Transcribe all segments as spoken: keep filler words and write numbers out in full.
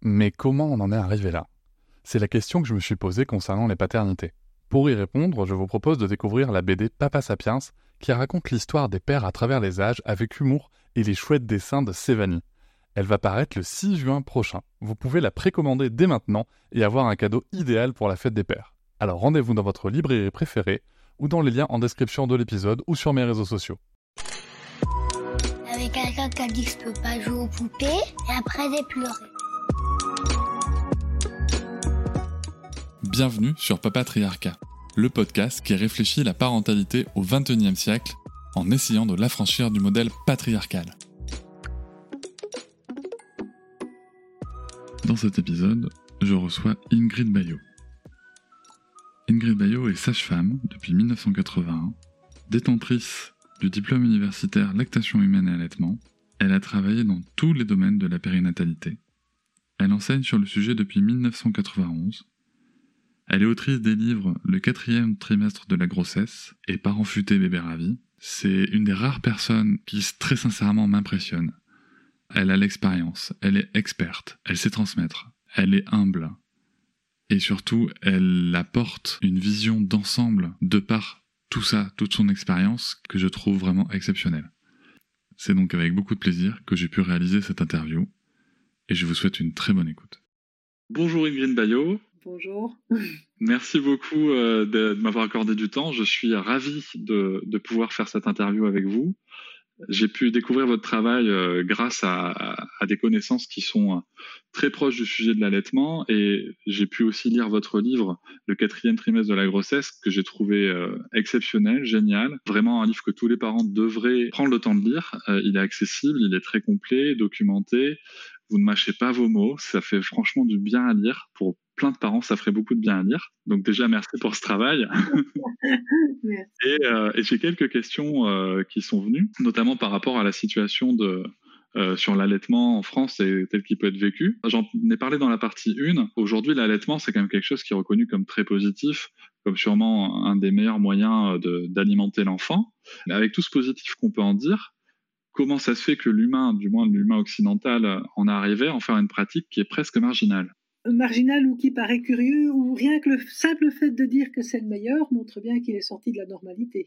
Mais comment on en est arrivé là ? C'est la question que je me suis posée concernant les paternités. Pour y répondre, je vous propose de découvrir la B D Papa Sapiens, qui raconte l'histoire des pères à travers les âges avec humour et les chouettes dessins de Sévanie. Elle va paraître le six juin prochain. Vous pouvez la précommander dès maintenant et avoir un cadeau idéal pour la fête des pères. Alors rendez-vous dans votre librairie préférée ou dans les liens en description de l'épisode ou sur mes réseaux sociaux. Avec quelqu'un qui a dit que je peux pas jouer aux poupées et après j'ai pleuré. Bienvenue sur Papatriarcat, le podcast qui réfléchit la parentalité au vingt et unième siècle en essayant de l'affranchir du modèle patriarcal. Dans cet épisode, je reçois Ingrid Baillot. Ingrid Baillot est sage-femme depuis dix-neuf cent quatre-vingt-un, détentrice du diplôme universitaire lactation humaine et allaitement. Elle a travaillé dans tous les domaines de la périnatalité. Elle enseigne sur le sujet depuis dix-neuf cent quatre-vingt-onze. Elle est autrice des livres Le quatrième trimestre de la grossesse et Parents futés, bébés ravis. C'est une des rares personnes qui, très sincèrement, m'impressionne. Elle a l'expérience, elle est experte, elle sait transmettre, elle est humble. Et surtout, elle apporte une vision d'ensemble de par tout ça, toute son expérience, que je trouve vraiment exceptionnelle. C'est donc avec beaucoup de plaisir que j'ai pu réaliser cette interview, et je vous souhaite une très bonne écoute. Bonjour Ingrid Baillot. Bonjour. Merci beaucoup euh, de, de m'avoir accordé du temps. Je suis ravi de, de pouvoir faire cette interview avec vous. J'ai pu découvrir votre travail euh, grâce à, à, à des connaissances qui sont euh, très proches du sujet de l'allaitement, et j'ai pu aussi lire votre livre, Le quatrième trimestre de la grossesse, que j'ai trouvé euh, exceptionnel, génial. Vraiment un livre que tous les parents devraient prendre le temps de lire. Euh, il est accessible, il est très complet, documenté. Vous ne mâchez pas vos mots. Ça fait franchement du bien à lire. Pour plein de parents, ça ferait beaucoup de bien à lire. Donc déjà, merci pour ce travail. Merci. Et, euh, et j'ai quelques questions euh, qui sont venues, notamment par rapport à la situation de, euh, sur l'allaitement en France et tel qu'il peut être vécu. J'en ai parlé dans la partie un. Aujourd'hui, l'allaitement, c'est quand même quelque chose qui est reconnu comme très positif, comme sûrement un des meilleurs moyens de, d'alimenter l'enfant. Mais avec tout ce positif qu'on peut en dire, comment ça se fait que l'humain, du moins l'humain occidental, en est arrivé à en faire une pratique qui est presque marginale ? Marginal ou qui paraît curieux, ou rien que le simple fait de dire que c'est le meilleur montre bien qu'il est sorti de la normalité.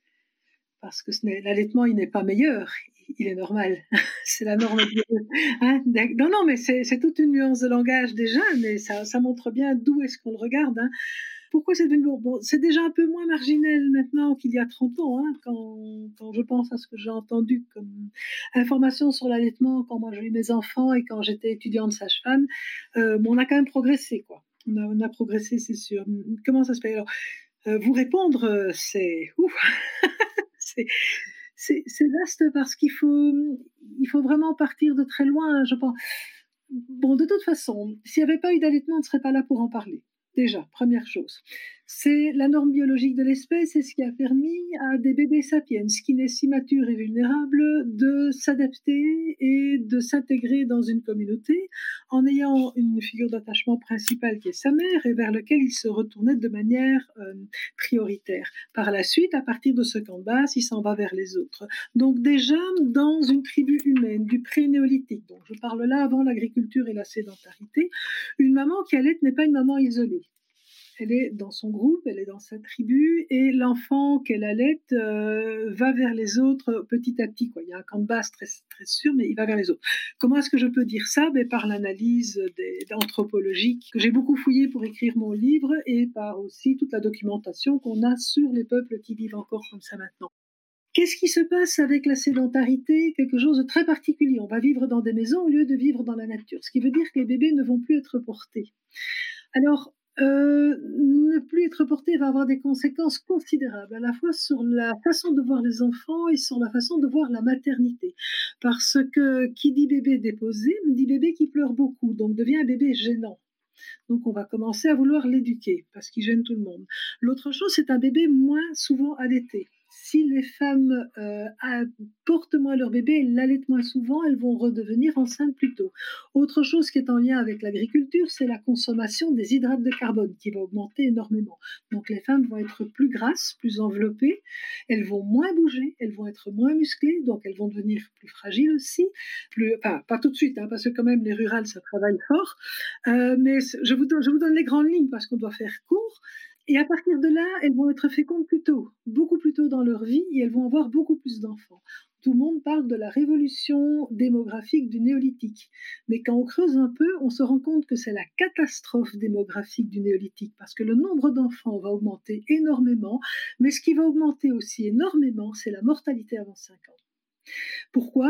Parce que ce n'est, l'allaitement, il n'est pas meilleur, il est normal. C'est la norme. Hein, non, non, mais c'est, c'est toute une nuance de langage déjà, mais ça, ça montre bien d'où est-ce qu'on le regarde. Hein. Pourquoi c'est devenu... Bon, c'est déjà un peu moins marginal maintenant qu'il y a trente ans, hein, quand, quand je pense à ce que j'ai entendu comme information sur l'allaitement quand moi j'ai eu mes enfants et quand j'étais étudiante sage-femme. Euh, bon, on a quand même progressé, quoi. On a, on a progressé, c'est sûr. Comment ça se fait ? Alors, euh, vous répondre, c'est... Ouf c'est... C'est, c'est vaste parce qu'il faut, il faut vraiment partir de très loin, je pense. Bon, de toute façon, s'il n'y avait pas eu d'allaitement, on ne serait pas là pour en parler. Déjà, première chose. C'est la norme biologique de l'espèce et ce qui a permis à des bébés sapiens, qui naissent si matures et vulnérables, de s'adapter et de s'intégrer dans une communauté en ayant une figure d'attachement principale qui est sa mère et vers laquelle ils se retournaient de manière euh, prioritaire. Par la suite, à partir de ce camp de base, il s'en va vers les autres. Donc déjà, dans une tribu humaine du pré-néolithique, donc je parle là avant l'agriculture et la sédentarité, une maman qui allait n'est pas une maman isolée. Elle est dans son groupe, elle est dans sa tribu, et l'enfant qu'elle allaite euh, va vers les autres petit à petit. Quoi. Il y a un camp de base très, très sûr, mais il va vers les autres. Comment est-ce que je peux dire ça ? Ben, par l'analyse des, anthropologique que j'ai beaucoup fouillé pour écrire mon livre, et par aussi toute la documentation qu'on a sur les peuples qui vivent encore comme ça maintenant. Qu'est-ce qui se passe avec la sédentarité ? Quelque chose de très particulier. On va vivre dans des maisons au lieu de vivre dans la nature, ce qui veut dire que les bébés ne vont plus être portés. Alors, Euh, ne plus être porté va avoir des conséquences considérables, à la fois sur la façon de voir les enfants et sur la façon de voir la maternité. Parce que qui dit bébé déposé, dit bébé qui pleure beaucoup, donc devient un bébé gênant. Donc on va commencer à vouloir l'éduquer, parce qu'il gêne tout le monde. L'autre chose, c'est un bébé moins souvent allaité. si les femmes euh, portent moins leur bébé, elles l'allaitent moins souvent, elles vont redevenir enceintes plus tôt. Autre chose qui est en lien avec l'agriculture, c'est la consommation des hydrates de carbone qui va augmenter énormément. Donc les femmes vont être plus grasses, plus enveloppées, elles vont moins bouger, elles vont être moins musclées, donc elles vont devenir plus fragiles aussi. Plus, enfin, pas tout de suite, hein, parce que quand même les rurales, ça travaille fort. Euh, mais je vous, donne, je vous donne les grandes lignes parce qu'on doit faire court. Et à partir de là, elles vont être fécondes plus tôt, beaucoup plus tôt dans leur vie, et elles vont avoir beaucoup plus d'enfants. Tout le monde parle de la révolution démographique du néolithique. Mais quand on creuse un peu, on se rend compte que c'est la catastrophe démographique du néolithique, parce que le nombre d'enfants va augmenter énormément, mais ce qui va augmenter aussi énormément, c'est la mortalité avant cinq ans. Pourquoi ?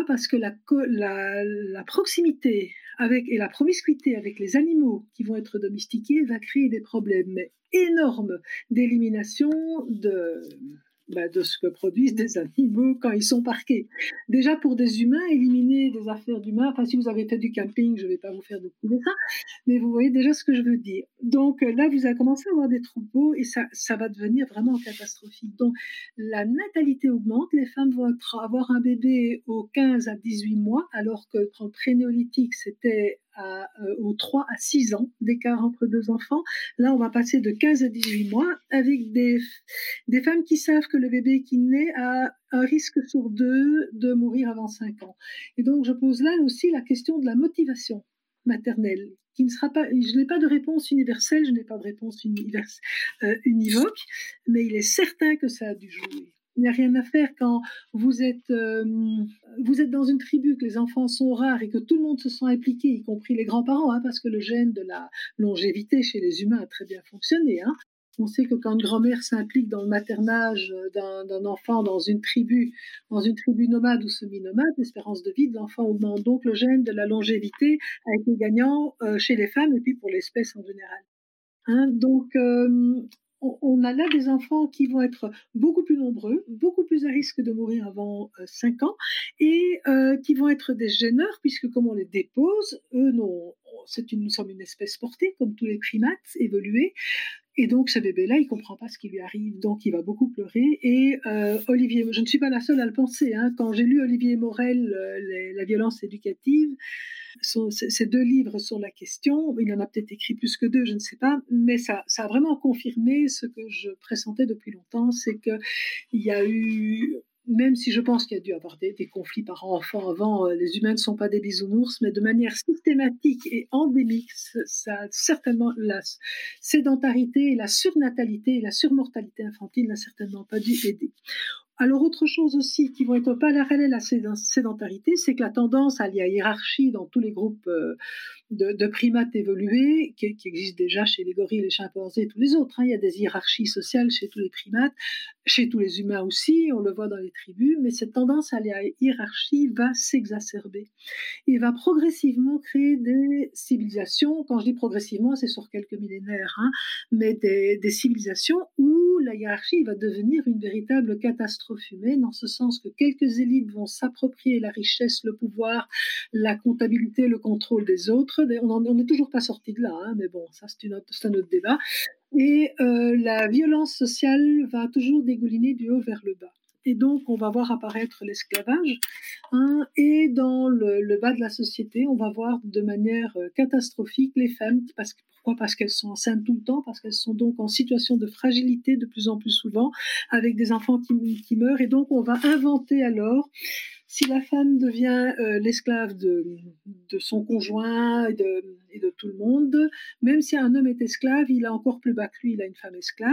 Parce que la, la, la proximité avec, et la promiscuité avec les animaux qui vont être domestiqués va créer des problèmes énormes d'élimination de, bah, de ce que produisent des animaux quand ils sont parqués. Déjà pour des humains, éliminer des affaires d'humains, enfin si vous avez fait du camping, je ne vais pas vous faire découvrir ça, mais vous voyez déjà ce que je veux dire. Donc là, vous avez commencé à avoir des troupeaux et ça, ça va devenir vraiment catastrophique. Donc la natalité augmente, les femmes vont être, avoir un bébé aux quinze à dix-huit mois, alors que dans le pré-néolithique, c'était À, euh, aux trois à six ans d'écart entre deux enfants. Là, on va passer de quinze à dix-huit mois avec des, des femmes qui savent que le bébé qui naît a un risque sur deux de mourir avant cinq ans. Et donc, je pose là aussi la question de la motivation maternelle, qui ne sera pas, je n'ai pas de réponse universelle, je n'ai pas de réponse univers, euh, univoque, mais il est certain que ça a dû jouer. Il n'y a rien à faire quand vous êtes, euh, vous êtes dans une tribu, que les enfants sont rares et que tout le monde se sent impliqué, y compris les grands-parents, hein, parce que le gène de la longévité chez les humains a très bien fonctionné. Hein. On sait que quand une grand-mère s'implique dans le maternage d'un, d'un enfant dans une tribu, dans une tribu nomade ou semi-nomade, l'espérance de vie de l'enfant augmente. Donc le gène de la longévité a été gagnant euh, chez les femmes et puis pour l'espèce en général. Hein, donc euh, on a là des enfants qui vont être beaucoup plus nombreux, beaucoup plus à risque de mourir avant euh, cinq ans, et euh, qui vont être des gêneurs, puisque comme on les dépose, eux, non, c'est une, nous sommes une espèce portée, comme tous les primates évolués, et donc ce bébé-là, il ne comprend pas ce qui lui arrive, donc il va beaucoup pleurer. Et euh, Olivier, je ne suis pas la seule à le penser, hein, quand j'ai lu Olivier Morel, euh, les, La violence éducative, son, ces deux livres sur la question, il en a peut-être écrit plus que deux, je ne sais pas, mais ça, ça a vraiment confirmé ce que je pressentais depuis longtemps, c'est qu'il y a eu... Même si je pense qu'il y a dû y avoir des, des conflits par enfants avant, euh, les humains ne sont pas des bisounours, mais de manière systématique et endémique, ça a certainement, la sédentarité, la surnatalité et la surmortalité infantile n'a certainement pas dû aider. Alors, autre chose aussi qui vont être pas parallèle à la sédentarité, c'est que la tendance à la hiérarchie dans tous les groupes de, de primates évolués, qui, qui existent déjà chez les gorilles, les chimpanzés et tous les autres, hein, il y a des hiérarchies sociales chez tous les primates, chez tous les humains aussi, on le voit dans les tribus, mais cette tendance à la hiérarchie va s'exacerber et va progressivement créer des civilisations. Quand je dis progressivement, c'est sur quelques millénaires, hein, mais des, des civilisations où la hiérarchie va devenir une véritable catastrophe humaine, en ce sens que quelques élites vont s'approprier la richesse, le pouvoir, la comptabilité, le contrôle des autres. On n'est toujours pas sorti de là, hein, mais bon, ça c'est, une autre, c'est un autre débat. Et euh, la violence sociale va toujours dégouliner du haut vers le bas. Et donc, on va voir apparaître l'esclavage. Hein, et dans le, le bas de la société, on va voir de manière catastrophique les femmes, parce que pourquoi ? Parce qu'elles sont enceintes tout le temps, parce qu'elles sont donc en situation de fragilité de plus en plus souvent, avec des enfants qui, qui meurent. Et donc, on va inventer alors, si la femme devient euh, l'esclave de, de son conjoint et de, et de tout le monde, même si un homme est esclave, il a encore plus bas que lui, il a une femme esclave,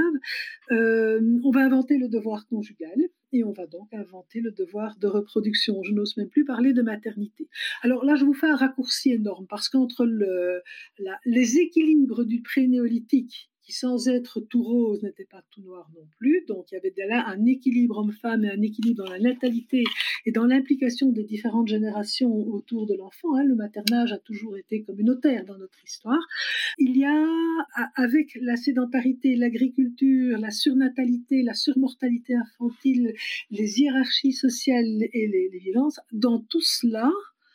euh, on va inventer le devoir conjugal. Et on va donc inventer le devoir de reproduction. Je n'ose même plus parler de maternité. Alors là, je vous fais un raccourci énorme, parce qu'entre le, la, les équilibres du pré-néolithique, qui sans être tout rose n'était pas tout noir non plus, donc il y avait là un équilibre homme-femme et un équilibre dans la natalité et dans l'implication des différentes générations autour de l'enfant. Hein, le maternage a toujours été communautaire dans notre histoire. Il y a, avec la sédentarité, l'agriculture, la surnatalité, la surmortalité infantile, les hiérarchies sociales et les, les violences, dans tout cela,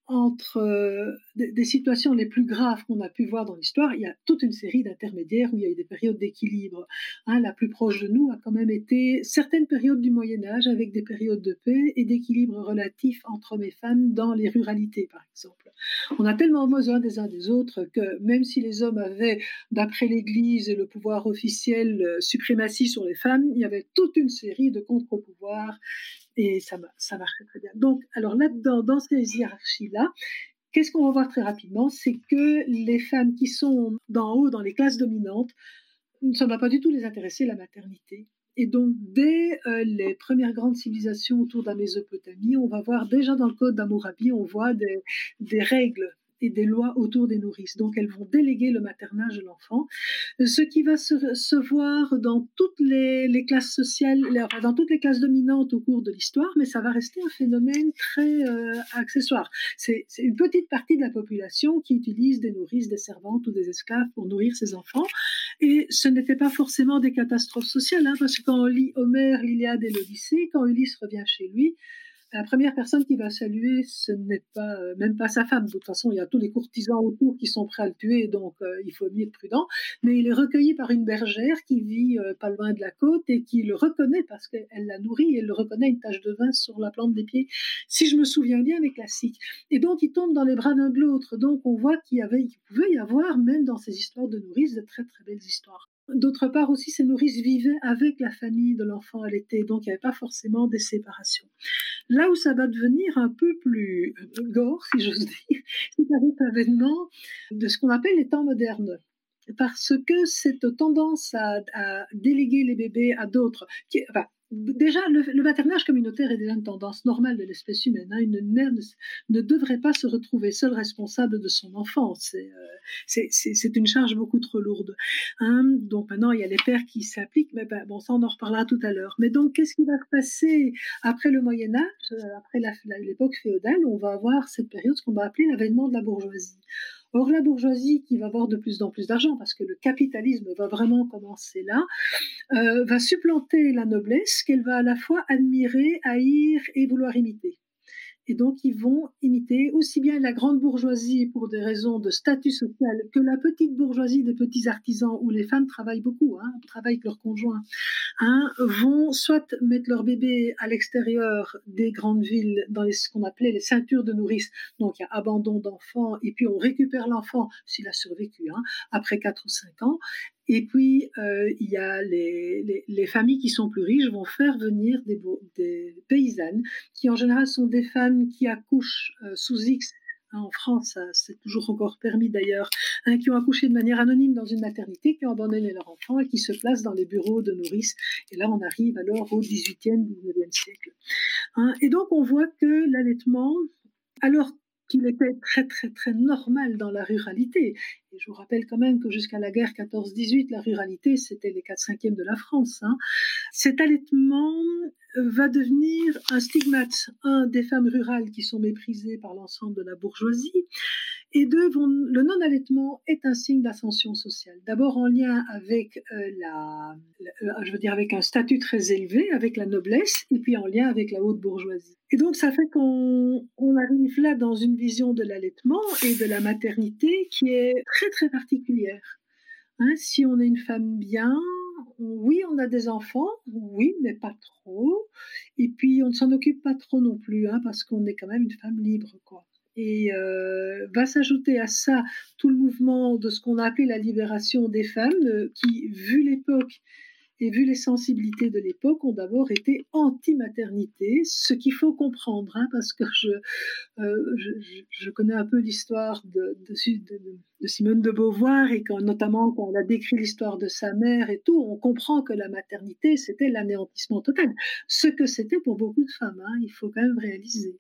entre euh, des, des situations les plus graves qu'on a pu voir dans l'histoire, il y a toute une série d'intermédiaires où il y a eu des périodes d'équilibre. Hein, la plus proche de nous a quand même été certaines périodes du Moyen-Âge avec des périodes de paix et d'équilibre relatif entre hommes et femmes dans les ruralités, par exemple. On a tellement besoin des uns des autres que même si les hommes avaient, d'après l'Église et le pouvoir officiel, suprématie sur les femmes, il y avait toute une série de contre-pouvoirs. Et ça, ça marchait très bien. Donc, alors là-dedans, dans ces hiérarchies-là, qu'est-ce qu'on va voir très rapidement? C'est que les femmes qui sont d'en haut, dans les classes dominantes, ça ne va pas du tout les intéresser, la maternité. Et donc, dès euh, les premières grandes civilisations autour de la Mésopotamie, on va voir déjà dans le code d'Hammurabi, on voit des, des règles et des lois autour des nourrices. Donc, elles vont déléguer le maternage de l'enfant, ce qui va se, se voir dans toutes les, les classes sociales, les, enfin, dans toutes les classes dominantes au cours de l'histoire, mais ça va rester un phénomène très euh, accessoire. C'est, c'est une petite partie de la population qui utilise des nourrices, des servantes ou des esclaves pour nourrir ses enfants, et ce n'était pas forcément des catastrophes sociales, hein, parce que quand on lit Homère, l'Iliade et l'Odyssée, quand Ulysse revient chez lui, la première personne qui va saluer, ce n'est pas euh, même pas sa femme. De toute façon, il y a tous les courtisans autour qui sont prêts à le tuer, donc euh, il faut mieux être prudent. Mais il est recueilli par une bergère qui vit euh, pas loin de la côte et qui le reconnaît parce qu'elle l'a nourri et elle le reconnaît une tache de vin sur la plante des pieds. Si je me souviens bien, les classiques. Et donc, il tombe dans les bras l'un de l'autre. Donc, on voit qu'il y avait, qu'il pouvait y avoir, même dans ces histoires de nourrices, de très très belles histoires. D'autre part aussi, ces nourrices vivaient avec la famille de l'enfant allaité, donc il n'y avait pas forcément des séparations. Là où ça va devenir un peu plus gore, si j'ose dire, c'est avec l'avènement de ce qu'on appelle les temps modernes. Parce que cette tendance à, à déléguer les bébés à d'autres, qui, enfin, déjà, le, le maternage communautaire est déjà une tendance normale de l'espèce humaine. Hein. Une mère ne, ne devrait pas se retrouver seule responsable de son enfant. C'est, euh, c'est, c'est, c'est une charge beaucoup trop lourde. Hein. Donc maintenant, il y a les pères qui s'appliquent, mais ben, bon, ça, on en reparlera tout à l'heure. Mais donc, qu'est-ce qui va se passer après le Moyen-Âge, après la, la, l'époque féodale? On va avoir cette période, ce qu'on va appeler l'avènement de la bourgeoisie. Or, la bourgeoisie, qui va avoir de plus en plus d'argent, parce que le capitalisme va vraiment commencer là, euh, va supplanter la noblesse qu'elle va à la fois admirer, haïr et vouloir imiter. Et donc, ils vont imiter aussi bien la grande bourgeoisie pour des raisons de statut social que la petite bourgeoisie des petits artisans où les femmes travaillent beaucoup, hein, travaillent avec leurs conjoints, hein, vont soit mettre leur bébé à l'extérieur des grandes villes dans les, ce qu'on appelait les ceintures de nourrice. Donc, il y a abandon d'enfant et puis on récupère l'enfant s'il a survécu, hein, après quatre ou cinq ans. Et puis, euh, il y a les, les, les familles qui sont plus riches vont faire venir des, des paysannes qui, en général, sont des femmes qui accouchent euh, sous X. Hein, en France, ça, c'est toujours encore permis d'ailleurs, hein, qui ont accouché de manière anonyme dans une maternité, qui ont abandonné leur enfant et qui se placent dans les bureaux de nourrices. Et là, on arrive alors au dix-huitième, dix-neuvième siècle. Hein, et donc, on voit que l'allaitement, alors qu'il était très très très normal dans la ruralité. Et je vous rappelle quand même que jusqu'à la guerre quatorze dix-huit, la ruralité, c'était les quatre cinquièmes de la France. Hein. Cet allaitement va devenir un stigmate, un, des femmes rurales qui sont méprisées par l'ensemble de la bourgeoisie, et deux, vont, le non-allaitement est un signe d'ascension sociale. D'abord en lien avec euh, la, la, je veux dire avec un statut très élevé, avec la noblesse, et puis en lien avec la haute bourgeoisie. Et donc ça fait qu'on on arrive là dans une vision de l'allaitement et de la maternité qui est très très particulière. Hein, si on est une femme bien, oui, on a des enfants, oui, mais pas trop. Et puis on ne s'en occupe pas trop non plus, hein, parce qu'on est quand même une femme libre, quoi. Et euh, va s'ajouter à ça tout le mouvement de ce qu'on a appelé la libération des femmes, euh, qui, vu l'époque et vu les sensibilités de l'époque, ont d'abord été anti-maternité, ce qu'il faut comprendre, hein, parce que je, euh, je, je connais un peu l'histoire de, de, de, de Simone de Beauvoir, et quand, notamment quand elle a décrit l'histoire de sa mère et tout, on comprend que la maternité, c'était l'anéantissement total. Ce que c'était pour beaucoup de femmes, hein, il faut quand même réaliser.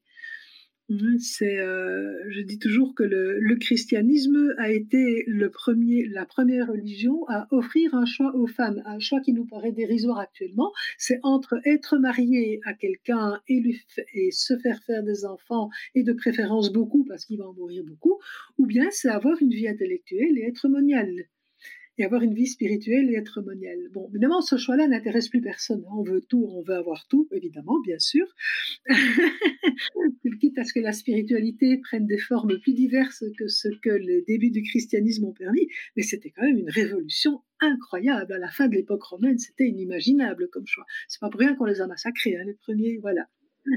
C'est, euh, je dis toujours que le, le christianisme a été le premier, la première religion à offrir un choix aux femmes, un choix qui nous paraît dérisoire actuellement. C'est entre être marié à quelqu'un et, lui, et se faire faire des enfants, et de préférence beaucoup parce qu'il va en mourir beaucoup, ou bien c'est avoir une vie intellectuelle et être moniale. et avoir une vie spirituelle et être moniale. Bon, évidemment, ce choix-là n'intéresse plus personne. On veut tout, on veut avoir tout, évidemment, bien sûr. Quitte à ce que la spiritualité prenne des formes plus diverses que ce que les débuts du christianisme ont permis, mais c'était quand même une révolution incroyable. À la fin de l'époque romaine, c'était inimaginable comme choix. C'est pas pour rien qu'on les a massacrés, hein, les premiers, voilà.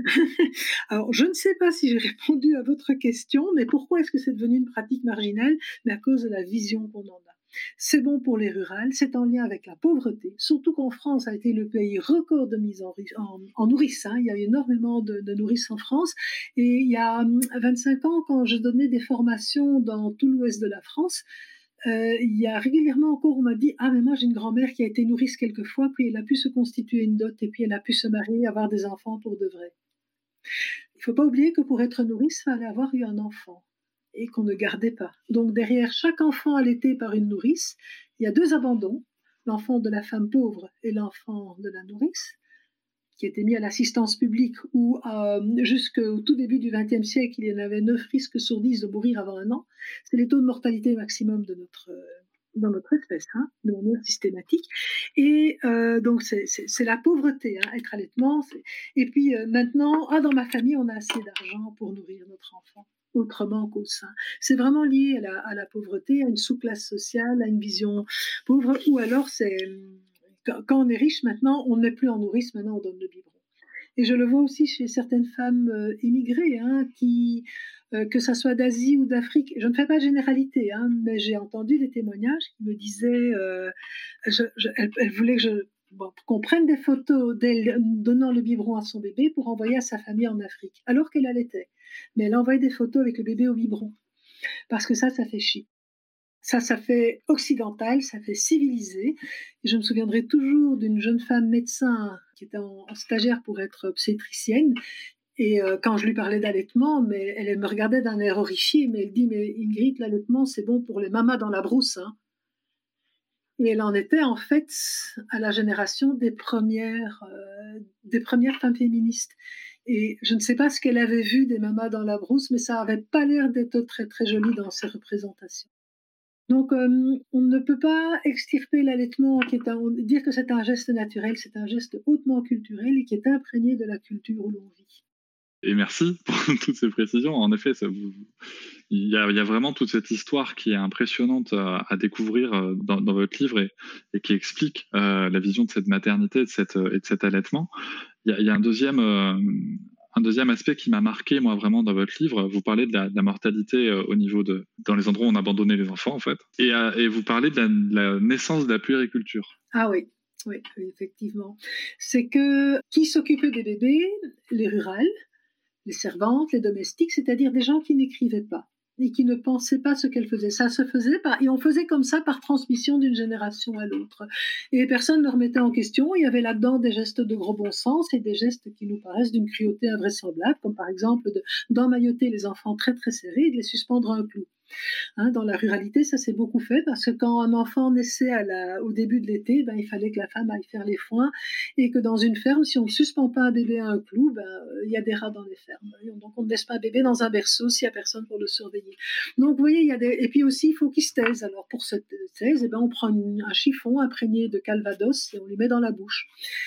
Alors, je ne sais pas si j'ai répondu à votre question, mais pourquoi est-ce que c'est devenu une pratique marginale? Mais à cause de la vision qu'on en a. C'est bon pour les rurales, c'est en lien avec la pauvreté, surtout qu'en France a été le pays record de mise en, en, en nourrices. Hein. Il y a eu énormément de, de nourrices en France. Et il y a vingt-cinq ans, quand je donnais des formations dans tout l'ouest de la France, euh, il y a régulièrement encore, on m'a dit « Ah, mais moi j'ai une grand-mère qui a été nourrice quelquefois, puis elle a pu se constituer une dot, et puis elle a pu se marier, avoir des enfants pour de vrai. » Il ne faut pas oublier que pour être nourrice, il fallait avoir eu un enfant. Et qu'on ne gardait pas. Donc derrière chaque enfant allaité par une nourrice, il y a deux abandons, l'enfant de la femme pauvre et l'enfant de la nourrice, qui étaient mis à l'assistance publique, où euh, jusqu'au tout début du vingtième siècle, il y en avait neuf risques sur dix de mourir avant un an. C'est les taux de mortalité maximum de notre, euh, dans notre espèce, hein, de manière systématique. Et euh, donc c'est, c'est, c'est la pauvreté, hein, être allaitement. C'est... Et puis euh, maintenant, ah, dans ma famille, on a assez d'argent pour nourrir notre enfant. Autrement qu'au sein. C'est vraiment lié à la, à la pauvreté, à une sous-classe sociale, à une vision pauvre, ou alors c'est quand, quand on est riche maintenant, on n'est plus en nourrice, maintenant on donne le biberon. Et je le vois aussi chez certaines femmes euh, immigrées, hein, qui, euh, que ça soit d'Asie ou d'Afrique, je ne fais pas de généralité, hein, mais j'ai entendu des témoignages qui me disaient, euh, je, je, elles, elles voulaient que je Bon, qu'on prenne des photos d'elle donnant le biberon à son bébé pour envoyer à sa famille en Afrique, alors qu'elle allaitait. Mais elle envoyait des photos avec le bébé au biberon, parce que ça, ça fait chic. Ça, ça fait occidental, ça fait civilisé. Et je me souviendrai toujours d'une jeune femme médecin qui était en, en stagiaire pour être obstétricienne. Et euh, quand je lui parlais d'allaitement, mais elle, elle me regardait d'un air horrifié, mais elle dit, mais Ingrid, l'allaitement, c'est bon pour les mamas dans la brousse, hein. Et elle en était en fait à la génération des premières, euh, des premières femmes féministes. Et je ne sais pas ce qu'elle avait vu des mamas dans la brousse, mais ça n'avait pas l'air d'être très très joli dans ses représentations. Donc euh, on ne peut pas extirper l'allaitement, qui est un, dire que c'est un geste naturel, c'est un geste hautement culturel et qui est imprégné de la culture où l'on vit. Et merci pour toutes ces précisions. En effet, ça vous... il, y a, il y a vraiment toute cette histoire qui est impressionnante à, à découvrir dans, dans votre livre et, et qui explique euh, la vision de cette maternité et de, cette, et de cet allaitement. Il y a, il y a un, deuxième, euh, un deuxième aspect qui m'a marqué, moi, vraiment, dans votre livre. Vous parlez de la, de la mortalité euh, au niveau de... dans les endroits où on abandonnait les enfants, en fait. Et, euh, et vous parlez de la, de la naissance de la puériculture. Ah oui. Oui, effectivement. C'est que qui s'occupait des bébés? Les rurales, les servantes, les domestiques, c'est-à-dire des gens qui n'écrivaient pas et qui ne pensaient pas ce qu'elles faisaient. Ça se faisait par, et on faisait comme ça par transmission d'une génération à l'autre. Et personne ne le remettait en question. Il y avait là-dedans des gestes de gros bon sens et des gestes qui nous paraissent d'une cruauté invraisemblable, comme par exemple de, d'emmailloter les enfants très très serrés et de les suspendre à un clou. Hein, dans la ruralité, ça s'est beaucoup fait parce que quand un enfant naissait à la, au début de l'été, ben, il fallait que la femme aille faire les foins et que dans une ferme, si on ne suspend pas un bébé à un clou, ben, il y a des rats dans les fermes. Donc on ne laisse pas un bébé dans un berceau s'il n'y a personne pour le surveiller. Donc vous voyez, il y a des... Et puis aussi, il faut qu'il se taise. Alors pour se taise, eh ben, on prend une, un chiffon imprégné de calvados et on lui met dans la bouche.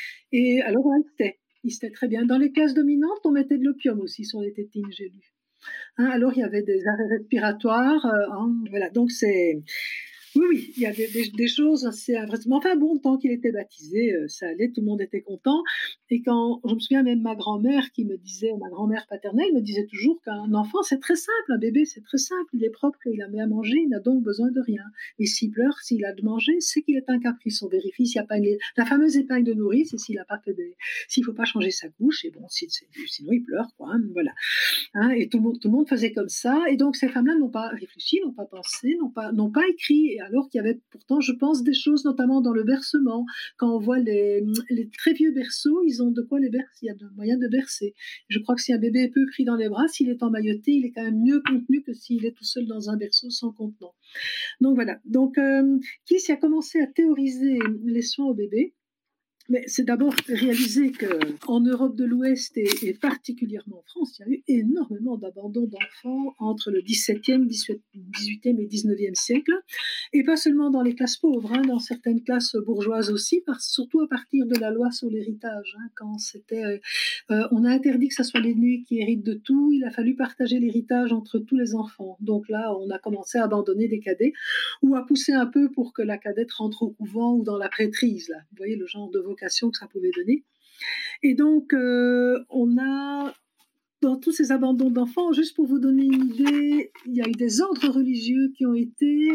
Et alors on se tait. Il se tait très bien. Dans les classes dominantes, on mettait de l'opium aussi sur les tétines, j'ai lu. Hein, alors il y avait des arrêts respiratoires, euh, hein, voilà, donc c'est... Oui, oui, il y a des, des, des choses assez invraisemblables. Enfin bon, tant qu'il était baptisé, euh, ça allait, tout le monde était content. Et quand, je me souviens même ma grand-mère qui me disait, ma grand-mère paternelle me disait toujours qu'un enfant, c'est très simple, un bébé, c'est très simple. Il est propre, il a mis à manger, il n'a donc besoin de rien. Et s'il pleure, s'il a de manger, c'est qu'il est un caprice. On vérifie s'il n'y a pas une... la fameuse épingle de nourrice, et s'il a pas fait des... s'il ne faut pas changer sa couche, et bon, si, sinon il pleure, quoi, hein, voilà. Hein, et tout le, monde, tout le monde faisait comme ça. Et donc ces femmes-là n'ont pas réfléchi, n'ont pas pensé, n'ont pas, n'ont pas écrit. Alors qu'il y avait pourtant, je pense, des choses, notamment dans le bercement. Quand on voit les, les très vieux berceaux, ils ont de quoi les bercer. Il y a de moyens de bercer. Je crois que si un bébé est peu pris dans les bras, s'il est emmailloté, il est quand même mieux contenu que s'il est tout seul dans un berceau sans contenant. Donc voilà. Donc, euh, qui s'y a commencé à théoriser les soins au bébé? Mais c'est d'abord réaliser qu'en Europe de l'Ouest et, et particulièrement en France, il y a eu énormément d'abandon d'enfants entre le dix-septième, dix-huitième et dix-neuvième siècle, et pas seulement dans les classes pauvres, hein, dans certaines classes bourgeoises aussi, parce, surtout à partir de la loi sur l'héritage. Hein, quand c'était, euh, on a interdit que ce soit l'aîné qui hérite de tout, il a fallu partager l'héritage entre tous les enfants. Donc là, on a commencé à abandonner des cadets, ou à pousser un peu pour que la cadette rentre au couvent ou dans la prêtrise. Là. Vous voyez le genre de vocation que ça pouvait donner. Et donc, euh, on a, dans tous ces abandons d'enfants, juste pour vous donner une idée, il y a eu des ordres religieux qui ont été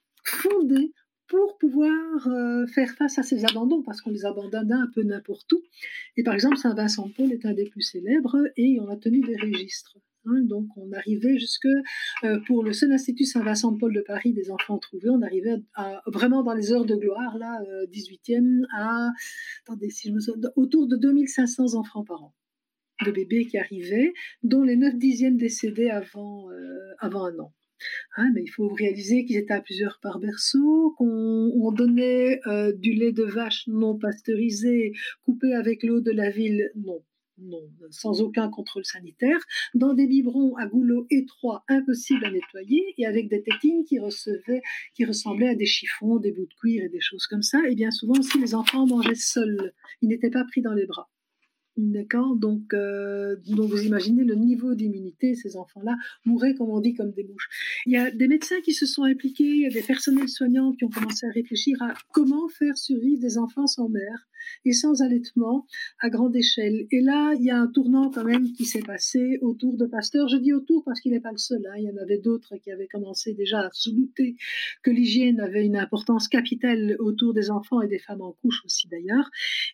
fondés pour pouvoir euh, faire face à ces abandons, parce qu'on les abandonnait un peu n'importe où. Et par exemple, Saint Vincent de Paul est un des plus célèbres, et on a tenu des registres. Hein, donc on arrivait jusque, euh, pour le seul institut Saint Vincent de Paul de Paris, des enfants trouvés, on arrivait à, à, vraiment dans les heures de gloire, là, euh, dix-huitième, à, attendez, si je me souviens, autour de deux mille cinq cents enfants par an, de bébés qui arrivaient, dont les neuf dixièmes décédaient avant, euh, avant un an. Hein, mais il faut réaliser qu'ils étaient à plusieurs par berceau, qu'on on donnait euh, du lait de vache non pasteurisé, coupé avec l'eau de la ville, non. Non, sans aucun contrôle sanitaire, dans des biberons à goulot étroits, impossibles à nettoyer, et avec des tétines qui, recevaient, qui ressemblaient à des chiffons, des bouts de cuir et des choses comme ça. Et bien souvent aussi, les enfants mangeaient seuls. Ils n'étaient pas pris dans les bras. D'accord, donc, euh, donc vous imaginez le niveau d'immunité, ces enfants-là mouraient, comme on dit, comme des mouches. Il y a des médecins qui se sont impliqués, il y a des personnels soignants qui ont commencé à réfléchir à comment faire survivre des enfants sans mère et sans allaitement à grande échelle. Et là, il y a un tournant quand même qui s'est passé autour de Pasteur. Je dis autour parce qu'il n'est pas le seul, hein. Il y en avait d'autres qui avaient commencé déjà à se douter que l'hygiène avait une importance capitale autour des enfants et des femmes en couche aussi d'ailleurs.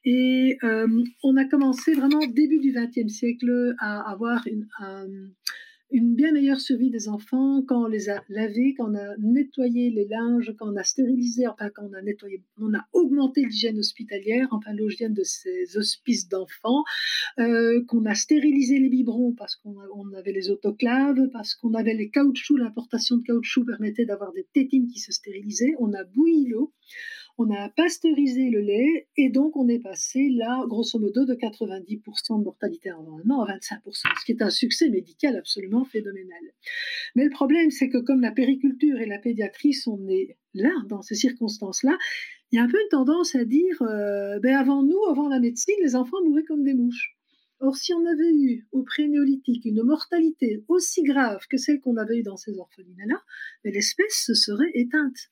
Et euh, on a commencé vraiment début du vingtième siècle à avoir une, un, une bien meilleure survie des enfants quand on les a lavés, quand on a nettoyé les linges, quand on a stérilisé, enfin quand on a nettoyé, on a augmenté l'hygiène hospitalière, enfin l'hygiène de ces hospices d'enfants, euh, qu'on a stérilisé les biberons parce qu'on a, on avait les autoclaves, parce qu'on avait les caoutchoucs, l'importation de caoutchouc permettait d'avoir des tétines qui se stérilisaient, on a bouilli l'eau, on a pasteurisé le lait et donc on est passé là, grosso modo, de quatre-vingt-dix pour cent de mortalité avant un an à vingt-cinq pour cent, ce qui est un succès médical absolument phénoménal. Mais le problème, c'est que comme la périculture et la pédiatrie sont nées là, dans ces circonstances-là, il y a un peu une tendance à dire euh, ben avant nous, avant la médecine, les enfants mouraient comme des mouches. Or, si on avait eu au pré-néolithique une mortalité aussi grave que celle qu'on avait eue dans ces orphelinats-là, ben l'espèce se serait éteinte.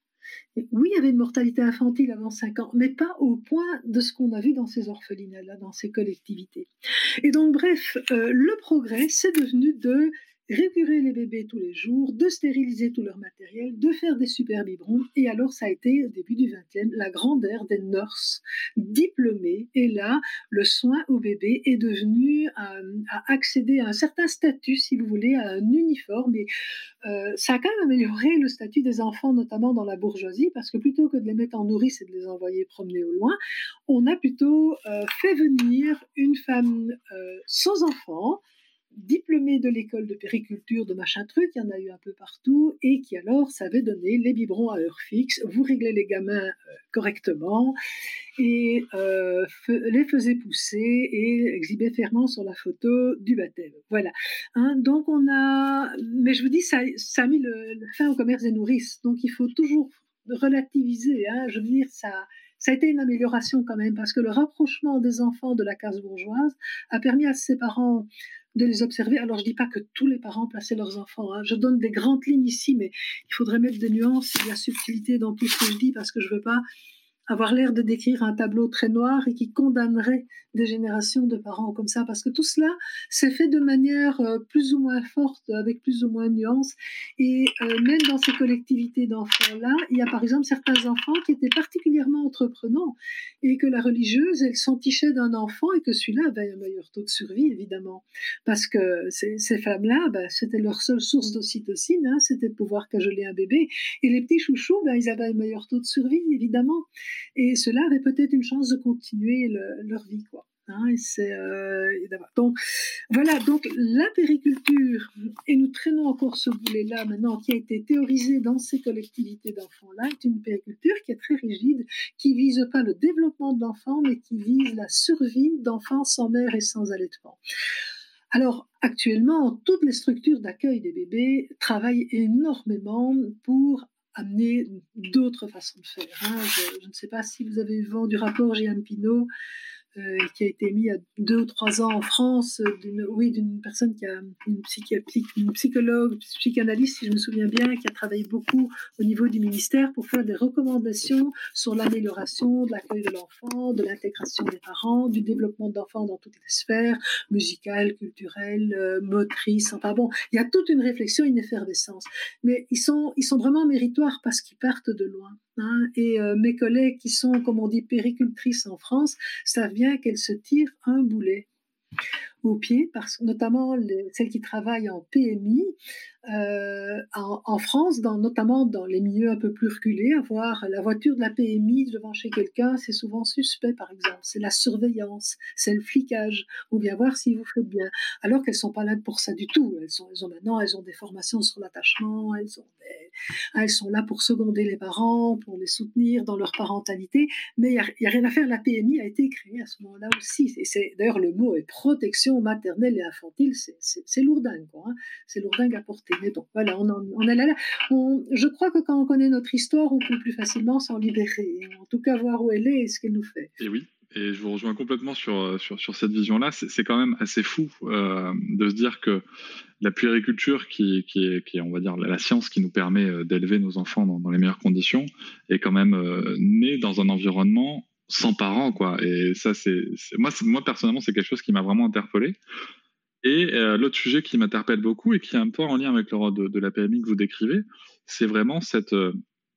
Et oui, il y avait une mortalité infantile avant cinq ans, mais pas au point de ce qu'on a vu dans ces orphelinats-là, dans ces collectivités. Et donc, bref, euh, le progrès, c'est devenu de récurer les bébés tous les jours, de stériliser tout leur matériel, de faire des super biberons. Et alors, ça a été, au début du vingtième, la grande ère des nurses diplômées. Et là, le soin au bébé est devenu à, à accéder à un certain statut, si vous voulez, à un uniforme. Et euh, ça a quand même amélioré le statut des enfants, notamment dans la bourgeoisie, parce que plutôt que de les mettre en nourrice et de les envoyer promener au loin, on a plutôt euh, fait venir une femme euh, sans enfant, diplômée de l'école de périculture de machin truc, il y en a eu un peu partout, et qui alors savait donner les biberons à heure fixe, vous réglez les gamins euh, correctement, et euh, fe- les faisait pousser et exhibait fièrement sur la photo du baptême. Voilà. Hein, donc on a... Mais je vous dis, ça, ça a mis le, le fin au commerce des nourrices, donc il faut toujours relativiser. Hein, je veux dire, ça... Ça a été une amélioration quand même, parce que le rapprochement des enfants de la classe bourgeoise a permis à ses parents de les observer. Alors, je ne dis pas que tous les parents plaçaient leurs enfants. Hein. Je donne des grandes lignes ici, mais il faudrait mettre des nuances et de la subtilité dans tout ce que je dis, parce que je ne veux pas avoir l'air de décrire un tableau très noir et qui condamnerait des générations de parents comme ça, parce que tout cela s'est fait de manière euh, plus ou moins forte, avec plus ou moins de nuances, et euh, même dans ces collectivités d'enfants-là, il y a par exemple certains enfants qui étaient particulièrement entreprenants, et que la religieuse, elle s'entichait d'un enfant, et que celui-là avait un meilleur taux de survie, évidemment, parce que ces, ces femmes-là, ben, c'était leur seule source d'ocytocine, hein, c'était de pouvoir cajoler un bébé, et les petits chouchous, ben, ils avaient un meilleur taux de survie, évidemment. Et ceux-là avaient peut-être une chance de continuer le, leur vie, quoi. Hein, et c'est, euh, et donc, voilà, donc la périculture, et nous traînons encore ce boulet-là maintenant, qui a été théorisé dans ces collectivités d'enfants-là, est une périculture qui est très rigide, qui vise pas le développement de l'enfant, mais qui vise la survie d'enfants sans mère et sans allaitement. Alors, actuellement, toutes les structures d'accueil des bébés travaillent énormément pour amener d'autres façons de faire. Hein. Je, je ne sais pas si vous avez vent du rapport Jeanne Pinault, Euh, qui a été mis il y a deux ou trois ans en France, d'une, oui, d'une personne qui a une, psychiatrie, une psychologue, psychanalyste, si je me souviens bien, qui a travaillé beaucoup au niveau du ministère pour faire des recommandations sur l'amélioration de l'accueil de l'enfant, de l'intégration des parents, du développement d'enfants dans toutes les sphères, musicales, culturelles, euh, motrices, enfin bon, il y a toute une réflexion, une effervescence. Mais ils sont, ils sont vraiment méritoires parce qu'ils partent de loin. Hein, et euh, mes collègues qui sont, comme on dit, péricultrices en France, savent bien qu'elles se tirent un boulet au pied, parce que notamment les, celles qui travaillent en P M I, euh, en, en France, dans, notamment dans les milieux un peu plus reculés, avoir la voiture de la P M I devant chez quelqu'un, c'est souvent suspect, par exemple. C'est la surveillance, c'est le flicage, ou bien voir si vous faites bien. Alors qu'elles ne sont pas là pour ça du tout. Elles, sont, elles ont maintenant, elles ont des formations sur l'attachement, elles, ont des, elles sont là pour seconder les parents, pour les soutenir dans leur parentalité, mais il n'y a, a rien à faire. La P M I a été créée à ce moment-là aussi. Et c'est, d'ailleurs, le mot est protection maternelle et infantile, c'est, c'est, c'est lourdingue, quoi, hein. C'est lourdingue à porter. Mais donc voilà, on en, on est là. là. On, je crois que quand on connaît notre histoire, on peut plus facilement s'en libérer. En tout cas, voir où elle est et ce qu'elle nous fait. Et oui, et je vous rejoins complètement sur, sur, sur cette vision-là. C'est, c'est quand même assez fou euh, de se dire que la puériculture, qui, qui, est, qui est, on va dire, la science qui nous permet d'élever nos enfants dans, dans les meilleures conditions, est quand même euh, née dans un environnement sans parents, quoi. Et ça, c'est, c'est moi, c'est, moi personnellement, c'est quelque chose qui m'a vraiment interpellé. Et euh, l'autre sujet qui m'interpelle beaucoup et qui est un peu en lien avec le rôle de, de la P M I que vous décrivez, c'est vraiment cette euh,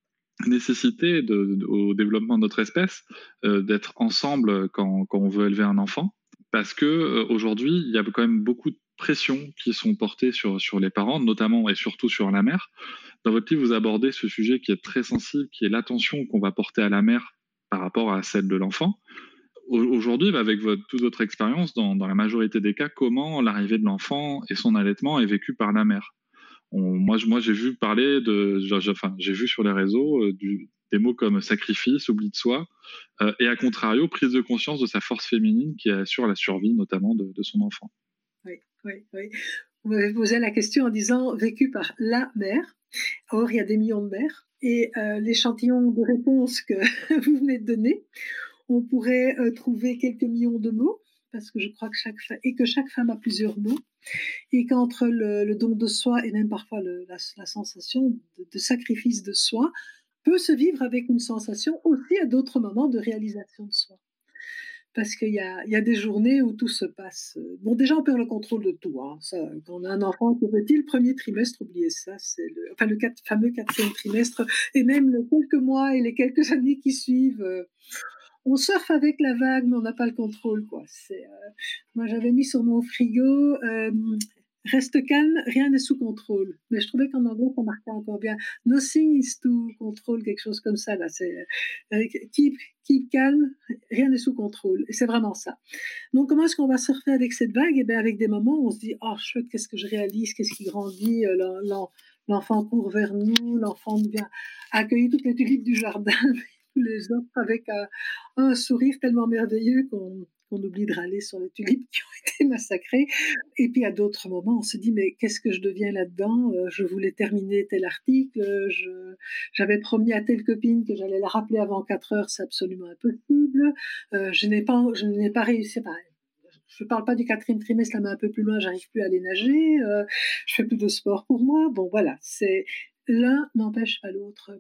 nécessité de, de, au développement de notre espèce euh, d'être ensemble quand, quand on veut élever un enfant. Parce que euh, aujourd'hui, il y a quand même beaucoup de pressions qui sont portées sur, sur les parents, notamment et surtout sur la mère. Dans votre livre, vous abordez ce sujet qui est très sensible, qui est l'attention qu'on va porter à la mère par rapport à celle de l'enfant. Aujourd'hui, avec votre, toute votre expérience, dans, dans la majorité des cas, comment l'arrivée de l'enfant et son allaitement est vécu par la mère? On, moi, moi, j'ai vu parler de, j'ai, enfin, j'ai vu sur les réseaux euh, du, des mots comme sacrifice, oubli de soi, euh, et à contrario, prise de conscience de sa force féminine qui assure la survie, notamment de, de son enfant. Oui, oui, oui. Vous m'avez posé la question en disant vécu par la mère. Or, il y a des millions de mères, et euh, l'échantillon de réponses que vous venez de donner, on pourrait euh, trouver quelques millions de mots, parce que je crois que chaque fa- et que chaque femme a plusieurs mots, et qu'entre le, le don de soi et même parfois le, la, la sensation de, de sacrifice de soi, peut se vivre avec une sensation aussi à d'autres moments de réalisation de soi. Parce qu'il y a, il y a des journées où tout se passe. Bon, déjà, on perd le contrôle de tout. Hein. Ça, quand on a un enfant qui est petit, le premier trimestre, oubliez ça, c'est le, enfin, le quatre, fameux quatrième trimestre, et même les quelques mois et les quelques années qui suivent. Euh, on surfe avec la vague, mais on n'a pas le contrôle, quoi. C'est, euh, moi, j'avais mis sur mon frigo euh, reste calme, rien n'est sous contrôle. Mais je trouvais qu'en anglais, ça marquait encore bien. Nothing is to control, quelque chose comme ça. Là, c'est euh, keep, keep calm, rien n'est sous contrôle. Et c'est vraiment ça. Donc, comment est-ce qu'on va surfer avec cette vague? Eh bien, avec des moments où on se dit, oh, chouette, qu'est-ce que je réalise, qu'est-ce qui grandit, euh, l'en, l'en, l'enfant court vers nous, l'enfant vient accueillir toutes les tulipes du jardin. Les offre avec un, un sourire tellement merveilleux qu'on, qu'on oublie de râler sur les tulipes qui ont été massacrées. Et puis à d'autres moments, on se dit mais qu'est-ce que je deviens là-dedans? Je voulais terminer tel article, je, j'avais promis à telle copine que j'allais la rappeler avant quatre heures, c'est absolument impossible. Euh, je n'ai pas, je n'ai pas réussi. Enfin, je ne parle pas du quatrième trimestre, là, mais un peu plus loin, j'arrive plus à aller nager. Euh, je fais plus de sport pour moi. Bon, voilà, c'est l'un n'empêche pas l'autre.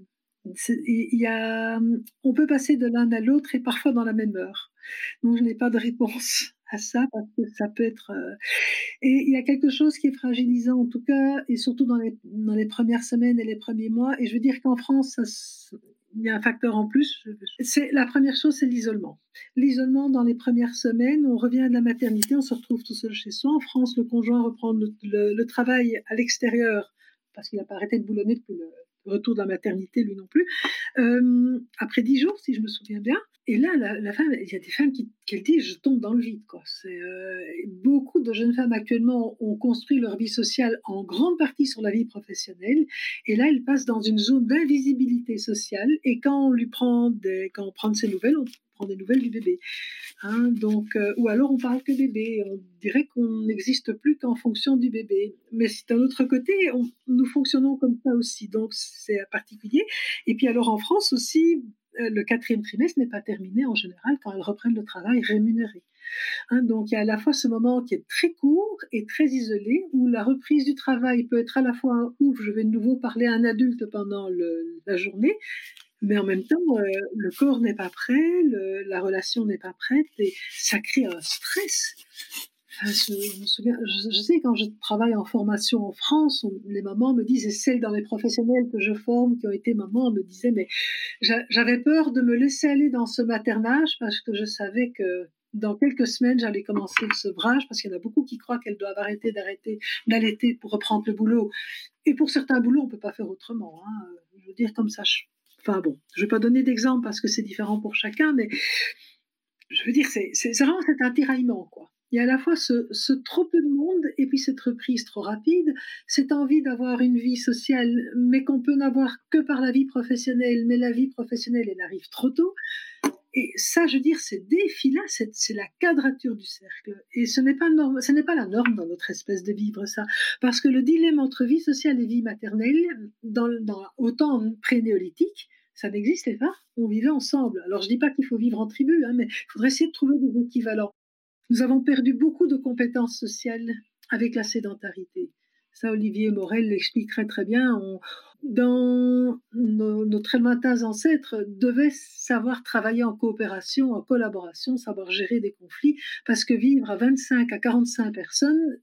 Il y a, on peut passer de l'un à l'autre et parfois dans la même heure. Donc je n'ai pas de réponse à ça parce que ça peut être. Euh... Et il y a quelque chose qui est fragilisant en tout cas, et surtout dans les, dans les premières semaines et les premiers mois. Et je veux dire qu'en France, ça, il y a un facteur en plus. C'est, la première chose, c'est l'isolement. L'isolement dans les premières semaines, on revient de la maternité, on se retrouve tout seul chez soi. En France, le conjoint reprend le, le, le travail à l'extérieur parce qu'il n'a pas arrêté de boulonner depuis le retour de la maternité, lui non plus. Euh, après dix jours, si je me souviens bien. Et là, la, la femme, il y a des femmes qui, qui disent, je tombe dans le vide, quoi. C'est, euh, beaucoup de jeunes femmes actuellement ont construit leur vie sociale en grande partie sur la vie professionnelle. Et là, elles passent dans une zone d'invisibilité sociale. Et quand on lui prend des, quand on prend de ses nouvelles, on prend des nouvelles du bébé. Hein, donc, euh, ou alors on parle que bébé. On dirait qu'on n'existe plus qu'en fonction du bébé. Mais d'un autre côté, on, nous fonctionnons comme ça aussi. Donc, c'est particulier. Et puis alors en France aussi, le quatrième trimestre n'est pas terminé en général quand elles reprennent le travail rémunéré. Hein, donc il y a à la fois ce moment qui est très court et très isolé, où la reprise du travail peut être à la fois un ouf, je vais de nouveau parler à un adulte pendant le, la journée, mais en même temps, euh, le corps n'est pas prêt, le, la relation n'est pas prête, et ça crée un stress. Enfin, je, je me souviens, je, je sais, quand je travaille en formation en France, on, les mamans me disent, et celles dans les professionnels que je forme qui ont été mamans me disaient, mais j'avais peur de me laisser aller dans ce maternage parce que je savais que dans quelques semaines, j'allais commencer le sevrage, parce qu'il y en a beaucoup qui croient qu'elles doivent arrêter d'arrêter d'allaiter pour reprendre le boulot. Et pour certains boulots, on ne peut pas faire autrement. Hein. Je veux dire, comme ça. Je... Enfin bon, je ne vais pas donner d'exemple parce que c'est différent pour chacun, mais je veux dire, c'est vraiment cet un tiraillement, quoi. Il y a à la fois ce, ce trop peu de monde et puis cette reprise trop rapide, cette envie d'avoir une vie sociale, mais qu'on peut n'avoir que par la vie professionnelle, mais la vie professionnelle, elle arrive trop tôt. Et ça, je veux dire, ces défis-là, c'est la quadrature du cercle. Et ce n'est pas, norme, ce n'est pas la norme dans notre espèce de vivre ça. Parce que le dilemme entre vie sociale et vie maternelle, dans, dans, au temps pré-néolithique, ça n'existait pas. On vivait ensemble. Alors, je ne dis pas qu'il faut vivre en tribu, hein, mais il faudrait essayer de trouver des équivalents. Nous avons perdu beaucoup de compétences sociales avec la sédentarité. Ça, Olivier Morel l'explique très très bien. On, dans nos, nos très lointains ancêtres, devaient savoir travailler en coopération, en collaboration, savoir gérer des conflits, parce que vivre à vingt-cinq à quarante-cinq personnes,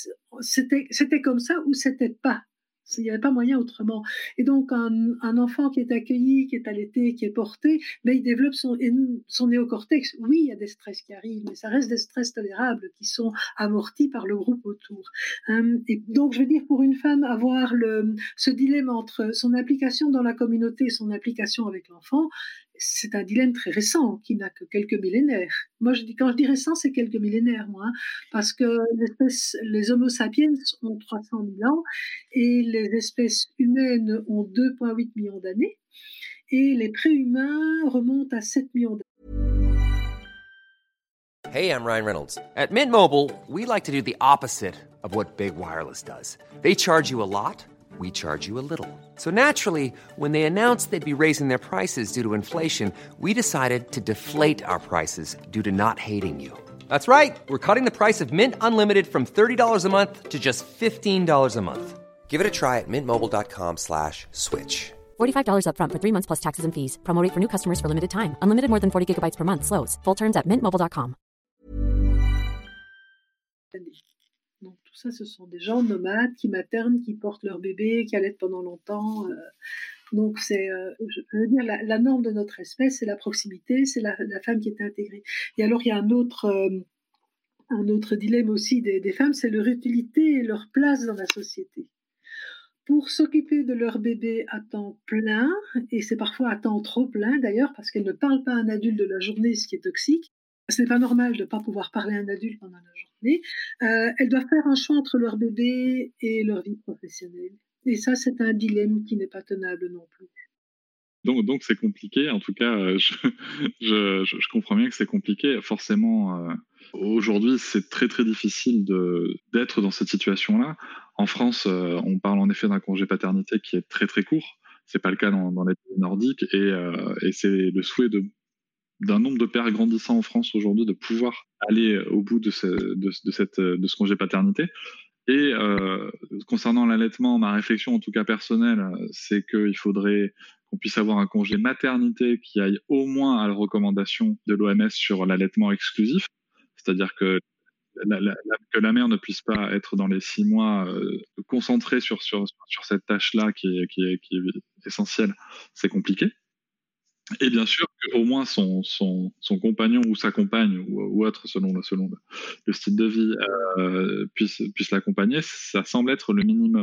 c'était comme ça ou c'était pas. Il n'y avait pas moyen autrement. Et donc, un, un enfant qui est accueilli, qui est allaité, qui est porté, ben, il développe son, son néocortex. Oui, il y a des stress qui arrivent, mais ça reste des stress tolérables qui sont amortis par le groupe autour. Hein, et donc, je veux dire, pour une femme, avoir le, ce dilemme entre son application dans la communauté et son application avec l'enfant, c'est un dilemme très récent, qui n'a que quelques millénaires. Moi, je dis, quand je dis récent, c'est quelques millénaires, moi, hein, parce que les Homo sapiens ont trois cent mille ans et les espèces humaines ont deux virgule huit millions d'années et les préhumains remontent à sept millions d'années. Hey, I'm Ryan Reynolds. At Mint Mobile, we like to do the opposite of what Big Wireless does. They charge you a lot. We charge you a little. So naturally, when they announced they'd be raising their prices due to inflation, we decided to deflate our prices due to not hating you. That's right. We're cutting the price of Mint Unlimited from thirty dollars a month to just fifteen dollars a month. Give it a try at mintmobile.com slash switch. forty-five dollars up front for three months plus taxes and fees. Promo rate for new customers for limited time. Unlimited more than forty gigabytes per month. Slows full terms at mint mobile dot com. Donc tout ça, ce sont des gens nomades qui maternent, qui portent leur bébé, qui allaitent pendant longtemps. Euh, donc c'est, euh, je veux dire, la, la norme de notre espèce, c'est la proximité, c'est la, la femme qui est intégrée. Et alors il y a un autre, euh, un autre dilemme aussi des, des femmes, c'est leur utilité et leur place dans la société. Pour s'occuper de leur bébé à temps plein, et c'est parfois à temps trop plein d'ailleurs, parce qu'elles ne parlent pas à un adulte de la journée, ce qui est toxique. Ce n'est pas normal de ne pas pouvoir parler à un adulte pendant la journée. Euh, elles doivent faire un choix entre leur bébé et leur vie professionnelle. Et ça, c'est un dilemme qui n'est pas tenable non plus. Donc, donc c'est compliqué. En tout cas, je, je, je comprends bien que c'est compliqué. Forcément, euh, aujourd'hui, c'est très très difficile de d'être dans cette situation-là. En France, euh, on parle en effet d'un congé paternité qui est très très court. C'est pas le cas dans, dans les pays nordiques, et, euh, et c'est le souhait de d'un nombre de pères grandissant en France aujourd'hui de pouvoir aller au bout de ce, de, de cette, de ce congé paternité. Et euh, concernant l'allaitement, ma réflexion en tout cas personnelle, c'est qu'il faudrait qu'on puisse avoir un congé maternité qui aille au moins à la recommandation de l'O M S sur l'allaitement exclusif, c'est-à-dire que la, la, la, que la mère ne puisse pas être dans les six mois euh, concentrée sur, sur, sur cette tâche-là qui est, qui est, qui est essentielle, c'est compliqué. Et bien sûr qu'au moins son, son, son compagnon ou sa compagne ou, ou autre, selon, le, selon le, le style de vie, euh, puisse, puisse l'accompagner, ça semble être le minimum.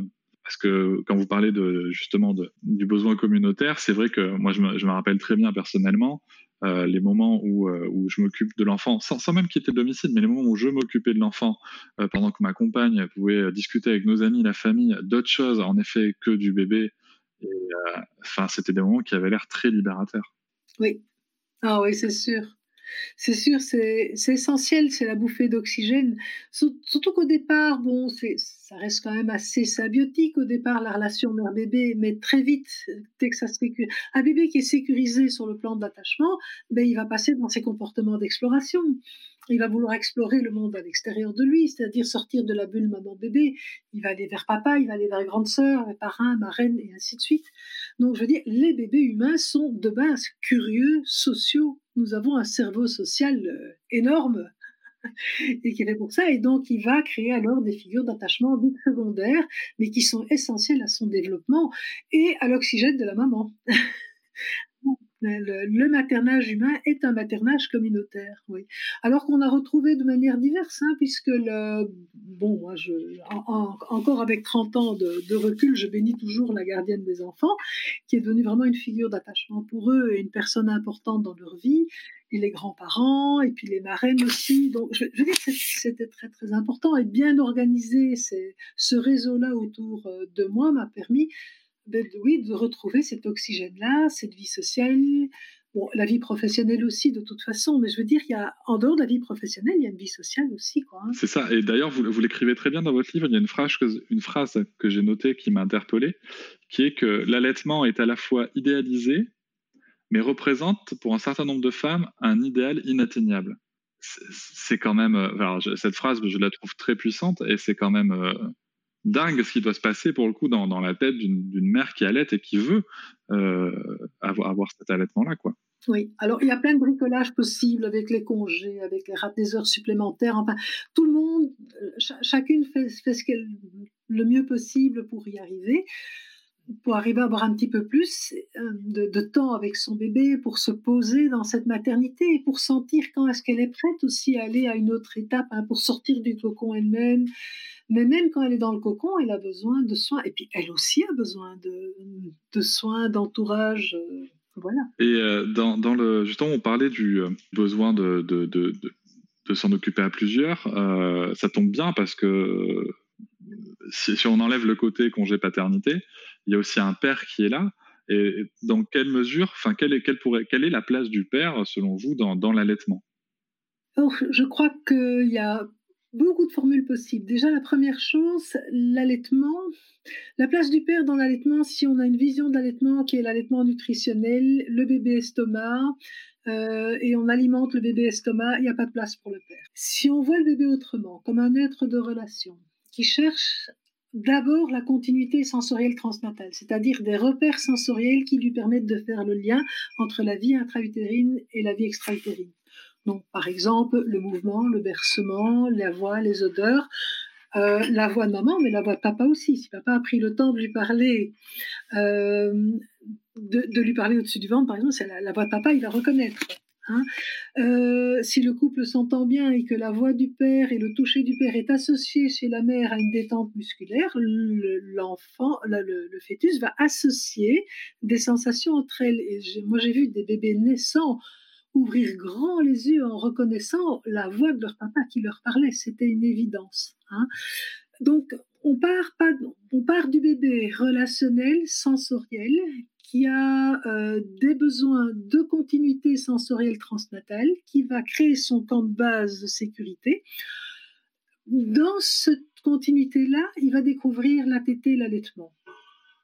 Parce que quand vous parlez de, justement de, du besoin communautaire, c'est vrai que moi, je me, je me rappelle très bien personnellement euh, les moments où, euh, où je m'occupe de l'enfant, sans, sans même quitter le domicile, mais les moments où je m'occupais de l'enfant, euh, pendant que ma compagne pouvait discuter avec nos amis, la famille, d'autres choses, en effet, que du bébé. Et, euh, enfin, c'était des moments qui avaient l'air très libérateurs. Oui. Ah oui, c'est sûr. C'est sûr, c'est, c'est essentiel, c'est la bouffée d'oxygène. Surtout qu'au départ, bon, c'est, ça reste quand même assez symbiotique au départ, la relation mère-bébé, mais très vite, dès que ça se sécurise, un bébé qui est sécurisé sur le plan de l'attachement, ben, il va passer dans ses comportements d'exploration. Il va vouloir explorer le monde à l'extérieur de lui, c'est-à-dire sortir de la bulle maman-bébé. Il va aller vers papa, il va aller vers grande sœur, les parrains, marraines, et ainsi de suite. Donc, je veux dire, les bébés humains sont de base curieux, sociaux. Nous avons un cerveau social euh, énorme et qui est fait pour ça. Et donc, il va créer alors des figures d'attachement dites secondaires, mais qui sont essentielles à son développement et à l'oxygène de la maman. Le, le maternage humain est un maternage communautaire, oui. Alors qu'on a retrouvé de manière diverse, hein, puisque le, bon, moi, je, en, en, encore avec trente ans de, de recul, je bénis toujours la gardienne des enfants, qui est devenue vraiment une figure d'attachement pour eux et une personne importante dans leur vie, et les grands-parents, et puis les marraines aussi. Donc, je, je veux dire, c'était très, très important, et bien organisé, c'est, ce réseau-là autour de moi m'a permis De, oui, de retrouver cet oxygène-là, cette vie sociale, bon, la vie professionnelle aussi de toute façon, mais je veux dire, il y a, en dehors de la vie professionnelle, il y a une vie sociale aussi, quoi. Hein. C'est ça, et d'ailleurs, vous, vous l'écrivez très bien dans votre livre, il y a une phrase que, une phrase que j'ai notée qui m'a interpellé, qui est que l'allaitement est à la fois idéalisé, mais représente pour un certain nombre de femmes un idéal inatteignable. C'est, c'est quand même, alors, je, cette phrase, je la trouve très puissante, et c'est quand même... Euh, dingue ce qui doit se passer pour le coup dans, dans la tête d'une, d'une mère qui allaite et qui veut euh, avoir, avoir cet allaitement-là, quoi. Oui, alors il y a plein de bricolages possibles avec les congés, avec les rat- des heures supplémentaires, enfin tout le monde, ch- chacune fait, fait ce qu'elle le mieux possible pour y arriver, pour arriver à avoir un petit peu plus de, de temps avec son bébé, pour se poser dans cette maternité et pour sentir quand est-ce qu'elle est prête aussi à aller à une autre étape, hein, pour sortir du cocon elle-même. Mais même quand elle est dans le cocon, elle a besoin de soins. Et puis, elle aussi a besoin de, de soins, d'entourage. Euh, voilà. Et euh, dans, dans le, justement, on parlait du euh, besoin de, de, de, de, de s'en occuper à plusieurs. Euh, ça tombe bien parce que si, si on enlève le côté congé paternité, il y a aussi un père qui est là. Et dans quelle mesure, enfin, quelle est, quelle, pourrait, quelle est la place du père, selon vous, dans, dans l'allaitement ? Alors, je crois qu'il y a beaucoup de formules possibles. Déjà, la première chose, l'allaitement. La place du père dans l'allaitement, si on a une vision de l'allaitement qui est l'allaitement nutritionnel, le bébé estomac, euh, et on alimente le bébé estomac, il n'y a pas de place pour le père. Si on voit le bébé autrement, comme un être de relation, qui cherche d'abord la continuité sensorielle transnatale, c'est-à-dire des repères sensoriels qui lui permettent de faire le lien entre la vie intra-utérine et la vie extra-utérine. Donc, par exemple, le mouvement, le bercement, la voix, les odeurs, euh, la voix de maman, mais la voix de papa aussi. Si papa a pris le temps de lui parler, euh, de, de lui parler au-dessus du ventre, par exemple, c'est la, la voix de papa, il va reconnaître. Hein. Euh, si le couple s'entend bien et que la voix du père et le toucher du père est associé chez la mère à une détente musculaire, le, l'enfant, le, le, le fœtus va associer des sensations entre elles. Et j'ai, moi, j'ai vu des bébés naissants ouvrir grand les yeux en reconnaissant la voix de leur papa qui leur parlait. C'était une évidence. Hein. Donc, on part, pas, on part du bébé relationnel, sensoriel, qui a euh, des besoins de continuité sensorielle transnatale, qui va créer son camp de base de sécurité. Dans cette continuité-là, il va découvrir la tétée et l'allaitement. D'accord ?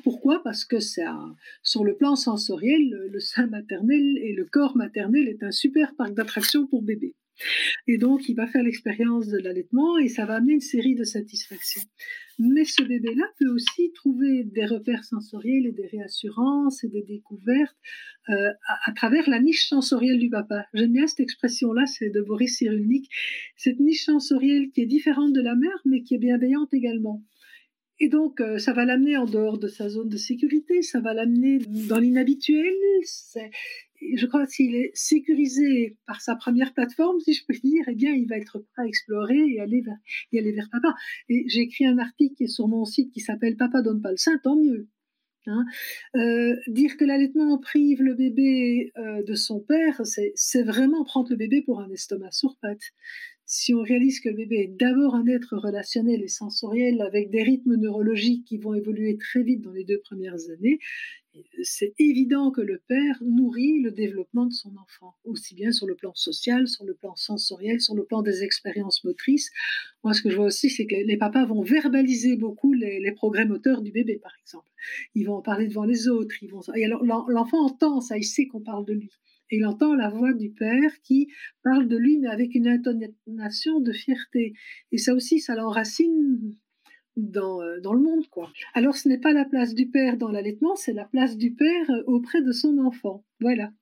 Pourquoi ? Parce que c'est un, sur le plan sensoriel, le, le sein maternel et le corps maternel est un super parc d'attractions pour bébé. Et donc, il va faire l'expérience de l'allaitement et ça va amener une série de satisfactions. Mais ce bébé-là peut aussi trouver des repères sensoriels et des réassurances et des découvertes euh, à, à travers la niche sensorielle du papa. J'aime bien cette expression-là, c'est de Boris Cyrulnik. Cette niche sensorielle qui est différente de la mère, mais qui est bienveillante également. Et donc, euh, ça va l'amener en dehors de sa zone de sécurité, ça va l'amener dans l'inhabituel. C'est, je crois que s'il est sécurisé par sa première plateforme, si je peux dire, eh bien, il va être prêt à explorer et aller vers, et aller vers papa. Et j'ai écrit un article qui est sur mon site qui s'appelle « Papa donne pas le sein, tant mieux ». Hein. Euh, dire que l'allaitement prive le bébé euh, de son père, c'est, c'est vraiment prendre le bébé pour un estomac sur pattes. Si on réalise que le bébé est d'abord un être relationnel et sensoriel avec des rythmes neurologiques qui vont évoluer très vite dans les deux premières années, c'est évident que le père nourrit le développement de son enfant, aussi bien sur le plan social, sur le plan sensoriel, sur le plan des expériences motrices. Moi, ce que je vois aussi, c'est que les, les papas vont verbaliser beaucoup les, les progrès moteurs du bébé, par exemple. Ils vont en parler devant les autres. Ils vont... Et alors, l'enfant entend ça, il sait qu'on parle de lui. Et il entend la voix du père qui parle de lui, mais avec une intonation de fierté. Et ça aussi, ça l'enracine dans, euh, dans le monde, quoi. Alors, ce n'est pas la place du père dans l'allaitement, c'est la place du père auprès de son enfant. Voilà.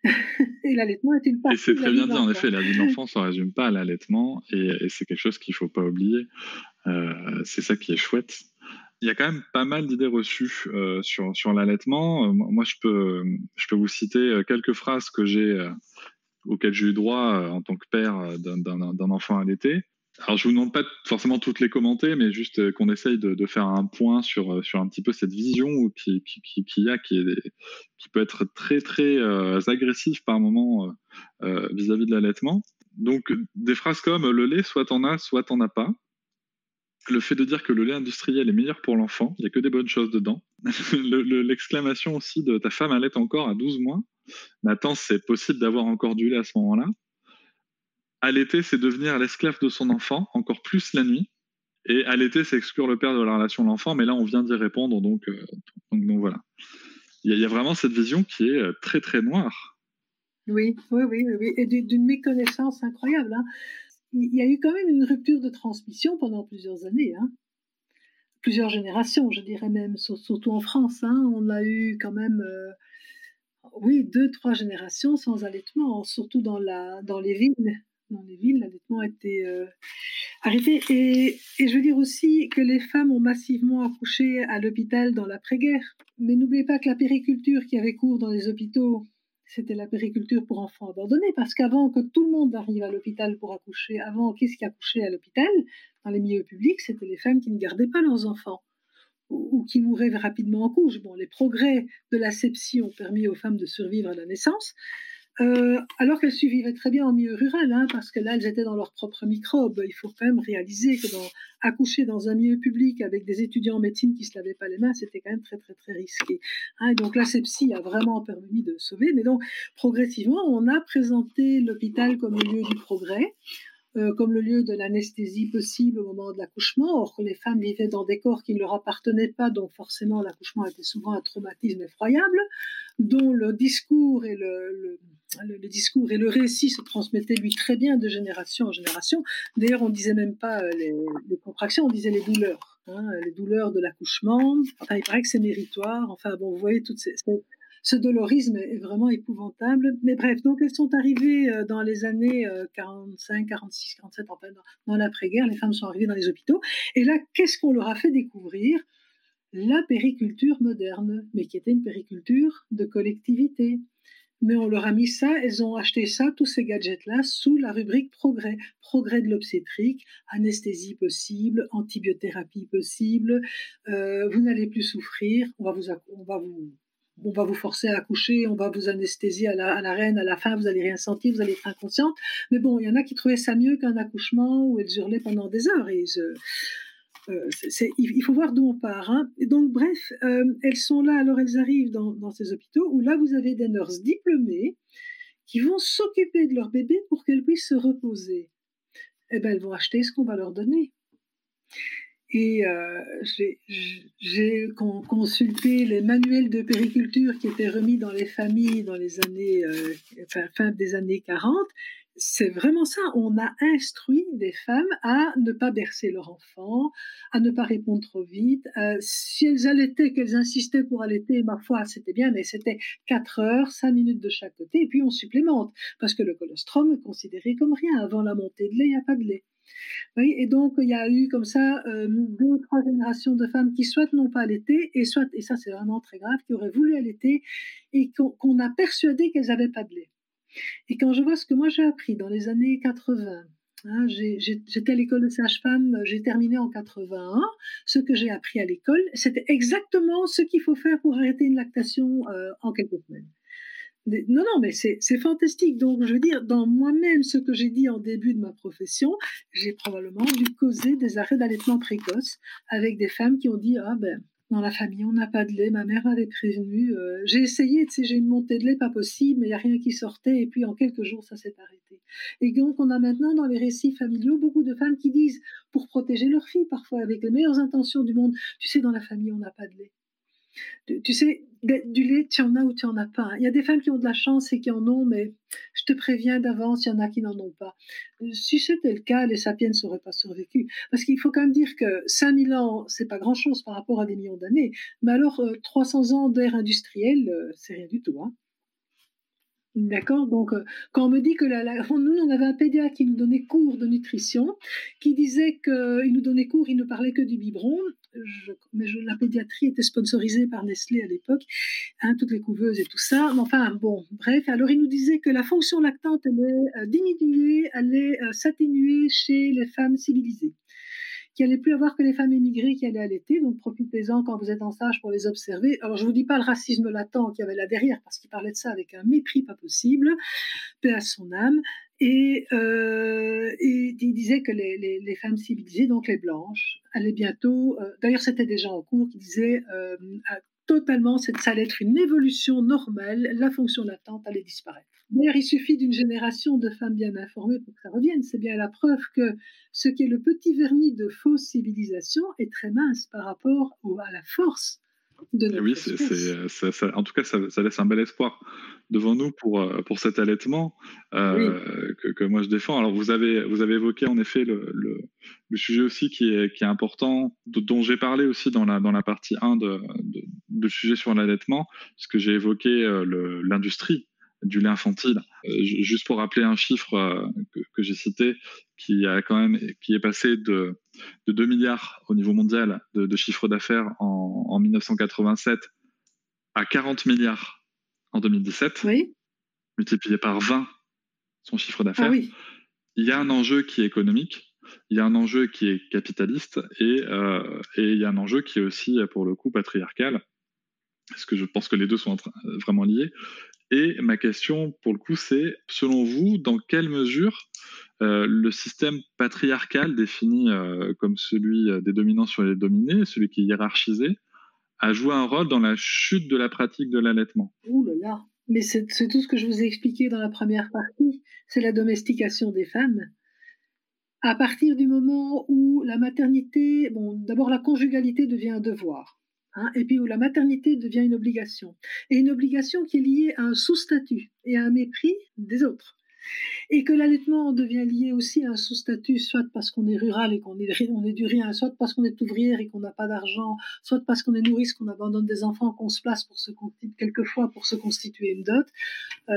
Et l'allaitement est une partie. Et c'est très bien dit, en effet, la vie de l'enfant ne se résume pas à l'allaitement, et, et c'est quelque chose qu'il ne faut pas oublier. Euh, c'est ça qui est chouette. Il y a quand même pas mal d'idées reçues euh, sur, sur l'allaitement. Euh, moi, je peux, je peux vous citer quelques phrases que j'ai, euh, auxquelles j'ai eu droit euh, en tant que père d'un, d'un, d'un enfant allaité. Alors, je ne vous demande pas forcément toutes les commenter, mais juste euh, qu'on essaye de, de faire un point sur, sur un petit peu cette vision qui, qui, qui, qui, y a, qui, est, qui peut être très, très euh, agressive par moment euh, vis-à-vis de l'allaitement. Donc, des phrases comme « le lait, soit t'en as, soit t'en as pas ». Le fait de dire que le lait industriel est meilleur pour l'enfant, il n'y a que des bonnes choses dedans. le, le, l'exclamation aussi de « ta femme allait encore à douze mois ». Mais attends, c'est possible d'avoir encore du lait à ce moment-là. Allaiter, c'est devenir l'esclave de son enfant, encore plus la nuit. Et allaiter, c'est exclure le père de la relation de l'enfant. Mais là, on vient d'y répondre, donc, euh, donc, donc voilà. Il y, a, il y a vraiment cette vision qui est très, très noire. Oui, oui, oui, oui. Et d'une méconnaissance incroyable, hein. Il y a eu quand même une rupture de transmission pendant plusieurs années, hein. Plusieurs générations, je dirais même, surtout en France. Hein. On a eu quand même, euh, oui, deux, trois générations sans allaitement, surtout dans, la, dans les villes. Dans les villes, l'allaitement était euh, arrêté. Et, et je veux dire aussi que les femmes ont massivement accouché à l'hôpital dans l'après-guerre. Mais n'oubliez pas que la périculture qui avait cours dans les hôpitaux, c'était la périculture pour enfants abandonnés, parce qu'avant que tout le monde arrive à l'hôpital pour accoucher, avant, qu'est-ce qui accouchait à l'hôpital, dans les milieux publics, c'était les femmes qui ne gardaient pas leurs enfants, ou, ou qui mouraient rapidement en couche. Bon, les progrès de l'asepsie ont permis aux femmes de survivre à la naissance, euh, alors qu'elles survivaient très bien en milieu rural, hein, parce que là, elles étaient dans leurs propres microbes. Il faut quand même réaliser que dans, accoucher dans un milieu public avec des étudiants en médecine qui ne se lavaient pas les mains, c'était quand même très, très, très risqué. Hein, donc l'asepsie a vraiment permis de sauver. Mais donc, progressivement, on a présenté l'hôpital comme le lieu du progrès, euh, comme le lieu de l'anesthésie possible au moment de l'accouchement. Or, les femmes vivaient dans des corps qui ne leur appartenaient pas, donc forcément, l'accouchement était souvent un traumatisme effroyable, dont le discours et le... le Le, le discours et le récit se transmettaient, lui, très bien de génération en génération. D'ailleurs, on ne disait même pas euh, les, les contractions, on disait les douleurs, hein, les douleurs de l'accouchement. Enfin, il paraît que c'est méritoire. Enfin, bon, vous voyez, toutes ces, ces, ce dolorisme est vraiment épouvantable. Mais bref, donc elles sont arrivées euh, dans les années euh, quarante-cinq, quarante-six, quarante-sept, enfin, dans, dans l'après-guerre, les femmes sont arrivées dans les hôpitaux. Et là, qu'est-ce qu'on leur a fait découvrir ? La périculture moderne, mais qui était une périculture de collectivité. Mais on leur a mis ça, elles ont acheté ça, tous ces gadgets-là, sous la rubrique progrès. Progrès de l'obstétrique, anesthésie possible, antibiothérapie possible, euh, vous n'allez plus souffrir, on va vous, on va vous, on va vous forcer à accoucher, on va vous anesthésier à la, à la reine, à la fin, vous n'allez rien sentir, vous allez être inconsciente. Mais bon, il y en a qui trouvaient ça mieux qu'un accouchement où elles hurlaient pendant des heures. Et je... Euh, c'est, c'est, il faut voir d'où on part. Hein. Et donc, bref, euh, elles sont là, alors elles arrivent dans, dans ces hôpitaux où là, vous avez des nurses diplômées qui vont s'occuper de leur bébé pour qu'elles puissent se reposer. Eh bien, elles vont acheter ce qu'on va leur donner. Et euh, j'ai, j'ai consulté les manuels de périculture qui étaient remis dans les familles dans les années, euh, enfin, fin des années quarante. C'est vraiment ça, on a instruit des femmes à ne pas bercer leur enfant, à ne pas répondre trop vite. Euh, si elles allaitaient, qu'elles insistaient pour allaiter, ma foi, c'était bien, mais c'était quatre heures, cinq minutes de chaque côté, et puis on supplémente, parce que le colostrum est considéré comme rien. Avant la montée de lait, il n'y a pas de lait. Oui, et donc il y a eu comme ça euh, deux ou trois générations de femmes qui soit n'ont pas allaité, et soit, et ça c'est vraiment très grave, qui auraient voulu allaiter et qu'on, qu'on a persuadé qu'elles n'avaient pas de lait. Et quand je vois ce que moi j'ai appris dans les années quatre-vingts, hein, j'ai, j'ai, j'étais à l'école de sage-femme, j'ai terminé en quatre-vingt-un, ce que j'ai appris à l'école, c'était exactement ce qu'il faut faire pour arrêter une lactation euh, en quelques semaines. Non, non, mais c'est, c'est fantastique. Donc, je veux dire, dans moi-même, ce que j'ai dit en début de ma profession, j'ai probablement dû causer des arrêts d'allaitement précoce avec des femmes qui ont dit « Ah ben, dans la famille, on n'a pas de lait, ma mère m'avait prévenu, euh, j'ai essayé, tu sais, j'ai une montée de lait, pas possible, mais il n'y a rien qui sortait, et puis en quelques jours, ça s'est arrêté. » Et donc, on a maintenant dans les récits familiaux beaucoup de femmes qui disent, pour protéger leur fille, parfois avec les meilleures intentions du monde, « Tu sais, dans la famille, on n'a pas de lait. » Tu, tu sais, du lait, tu en as ou tu en as pas. Il y a des femmes qui ont de la chance et qui en ont, mais je te préviens d'avance, il y en a qui n'en ont pas. Si c'était le cas, les sapiens ne seraient pas survécus. Parce qu'il faut quand même dire que cinq mille ans, c'est pas grand-chose par rapport à des millions d'années. Mais alors, euh, trois cents ans d'ère industrielle, euh, c'est rien du tout, hein. D'accord. Donc, euh, quand on me dit que la, la, nous, on avait un pédiatre qui nous donnait cours de nutrition, qui disait qu'il nous donnait cours, il ne parlait que du biberon. Je, mais je, la pédiatrie était sponsorisée par Nestlé à l'époque, hein, toutes les couveuses et tout ça. Mais enfin, bon, bref. Alors, il nous disait que la fonction lactante allait euh, diminuer, allait euh, s'atténuer chez les femmes civilisées, qu'il n'y allait plus avoir que les femmes émigrées qui allaient allaiter, donc profitez-en quand vous êtes en stage pour les observer. Alors je ne vous dis pas le racisme latent qu'il y avait là derrière, parce qu'il parlait de ça avec un mépris pas possible, paix à son âme, et, euh, et il disait que les, les, les femmes civilisées, donc les blanches, allaient bientôt, euh, d'ailleurs c'était déjà en cours, qui disaient euh, totalement, ça allait être une évolution normale, la fonction latente allait disparaître. D'ailleurs, il suffit d'une génération de femmes bien informées pour que ça revienne. C'est bien la preuve que ce qui est le petit vernis de fausse civilisation est très mince par rapport à la force de notre oui, espèce. c'est, c'est, ça, ça, en tout cas, ça, ça laisse un bel espoir devant nous pour, pour cet allaitement euh, oui. que, que moi je défends. Alors, vous avez, vous avez évoqué en effet le, le, le sujet aussi qui est, qui est important, de, dont j'ai parlé aussi dans la, dans la partie un de, de, de sujet sur l'allaitement, parce que j'ai évoqué euh, le, l'industrie du lait infantile. Euh, juste pour rappeler un chiffre euh, que, que j'ai cité, qui a quand même, qui est passé de, de deux milliards au niveau mondial de, de chiffre d'affaires en, en mille neuf cent quatre-vingt-sept à quarante milliards en deux mille dix-sept, oui. multiplié par vingt son chiffre d'affaires. Ah oui. Il y a un enjeu qui est économique, il y a un enjeu qui est capitaliste, et, euh, et il y a un enjeu qui est aussi, pour le coup, patriarcal, parce que je pense que les deux sont en train, vraiment liés. Et ma question, pour le coup, c'est, selon vous, dans quelle mesure euh, le système patriarcal défini euh, comme celui des dominants sur les dominés, celui qui est hiérarchisé, a joué un rôle dans la chute de la pratique de l'allaitement? Ouh là là, mais c'est, c'est tout ce que je vous ai expliqué dans la première partie, c'est la domestication des femmes. À partir du moment où la maternité, bon, d'abord la conjugalité devient un devoir. Hein, et puis où la maternité devient une obligation. Et une obligation qui est liée à un sous-statut et à un mépris des autres. Et que l'allaitement devient lié aussi à un sous-statut, soit parce qu'on est rural et qu'on est, on est du rien, soit parce qu'on est ouvrière et qu'on n'a pas d'argent, soit parce qu'on est nourrice, qu'on abandonne des enfants, qu'on se place pour se constituer, quelquefois pour se constituer une dot. Euh,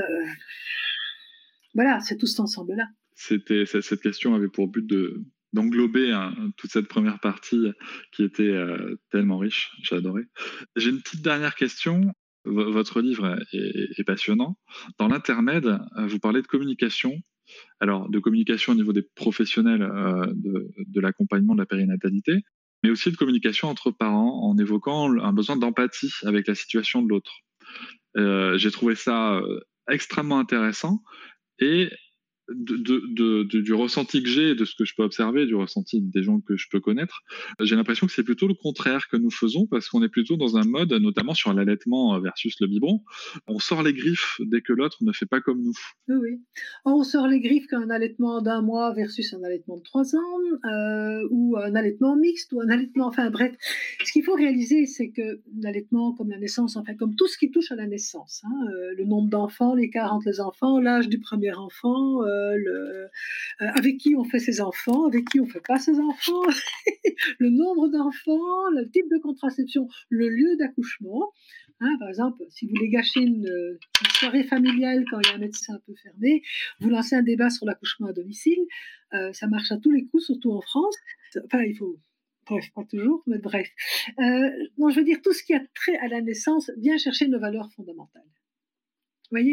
voilà, c'est tout cet ensemble-là. C'était, cette question avait pour but de... d'englober hein, toute cette première partie qui était euh, tellement riche, j'ai adoré. J'ai une petite dernière question. V- votre livre est, est passionnant. Dans l'intermède, vous parlez de communication. Alors, de communication au niveau des professionnels euh, de, de l'accompagnement de la périnatalité, mais aussi de communication entre parents en évoquant un besoin d'empathie avec la situation de l'autre. Euh, j'ai trouvé ça euh, extrêmement intéressant et De, de, de, de, du ressenti que j'ai, de ce que je peux observer, du ressenti des gens que je peux connaître, j'ai l'impression que c'est plutôt le contraire que nous faisons, parce qu'on est plutôt dans un mode, notamment sur l'allaitement versus le biberon, on sort les griffes dès que l'autre ne fait pas comme nous. Oui, oui. On sort les griffes qu'un allaitement d'un mois versus un allaitement de trois ans, euh, ou un allaitement mixte, ou un allaitement, enfin bref. Ce qu'il faut réaliser, c'est que l'allaitement, comme la naissance, enfin comme tout ce qui touche à la naissance, hein, euh, le nombre d'enfants, l'écart entre les enfants, l'âge du premier enfant, euh, Le, euh, avec qui on fait ses enfants, avec qui on ne fait pas ses enfants, le nombre d'enfants, le type de contraception, le lieu d'accouchement, Hein, par exemple, si vous voulez gâcher une, une soirée familiale quand il y a un médecin un peu fermé, vous lancez un débat sur l'accouchement à domicile, euh, ça marche à tous les coups, surtout en France. Enfin, il faut... Bref, pas toujours, mais bref. Euh, bon, je veux dire, tout ce qui a trait à la naissance vient chercher nos valeurs fondamentales. Vous voyez ?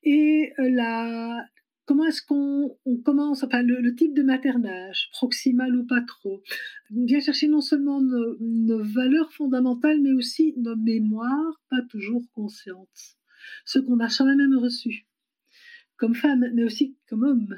Et euh, la... comment est-ce qu'on on commence, enfin, le, le type de maternage, proximal ou pas trop, vient chercher non seulement nos, nos valeurs fondamentales, mais aussi nos mémoires, pas toujours conscientes. Ce qu'on a jamais même reçu, comme femme, mais aussi comme homme.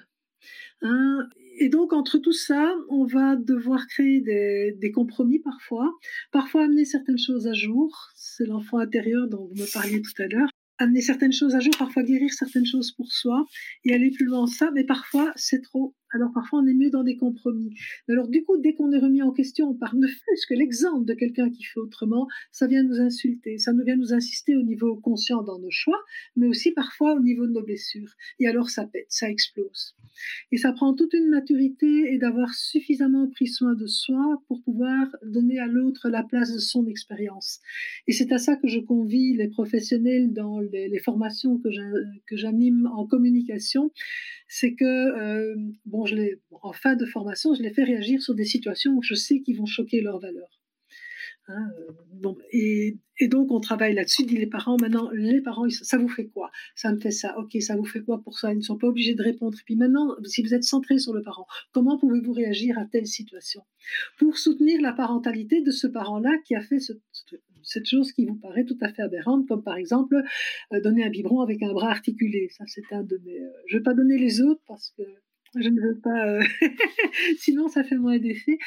Hein, et donc, entre tout ça, on va devoir créer des, des compromis parfois, parfois amener certaines choses à jour. C'est l'enfant intérieur dont vous me parliez tout à l'heure. Amener certaines choses à jour, parfois guérir certaines choses pour soi et aller plus loin en ça, mais parfois c'est trop. Alors parfois on est mieux dans des compromis. Mais alors du coup, dès qu'on est remis en question par ne fût-ce que l'exemple de quelqu'un qui fait autrement, ça vient nous insulter, ça vient nous insister au niveau conscient dans nos choix, mais aussi parfois au niveau de nos blessures. Et alors ça pète, ça explose. Et ça prend toute une maturité et d'avoir suffisamment pris soin de soi pour pouvoir donner à l'autre la place de son expérience. Et c'est à ça que je convie les professionnels dans les, les formations que, que j'anime en communication, c'est que, euh, bon, je les, en fin de formation, je les fais réagir sur des situations où je sais qu'ils vont choquer leurs valeurs. Hein, euh, bon, et, et donc on travaille là-dessus, dit les parents, maintenant les parents, ça vous fait quoi? Ça me fait ça, ok, ça vous fait quoi pour ça? Ils ne sont pas obligés de répondre. Et puis maintenant, si vous êtes centré sur le parent, comment pouvez-vous réagir à telle situation? Pour soutenir la parentalité de ce parent-là qui a fait ce, cette chose qui vous paraît tout à fait aberrante, comme par exemple euh, donner un biberon avec un bras articulé. Ça, c'est un de mes... Euh, je ne vais pas donner les autres parce que je ne veux pas... Euh... Sinon, ça fait moins d'effet.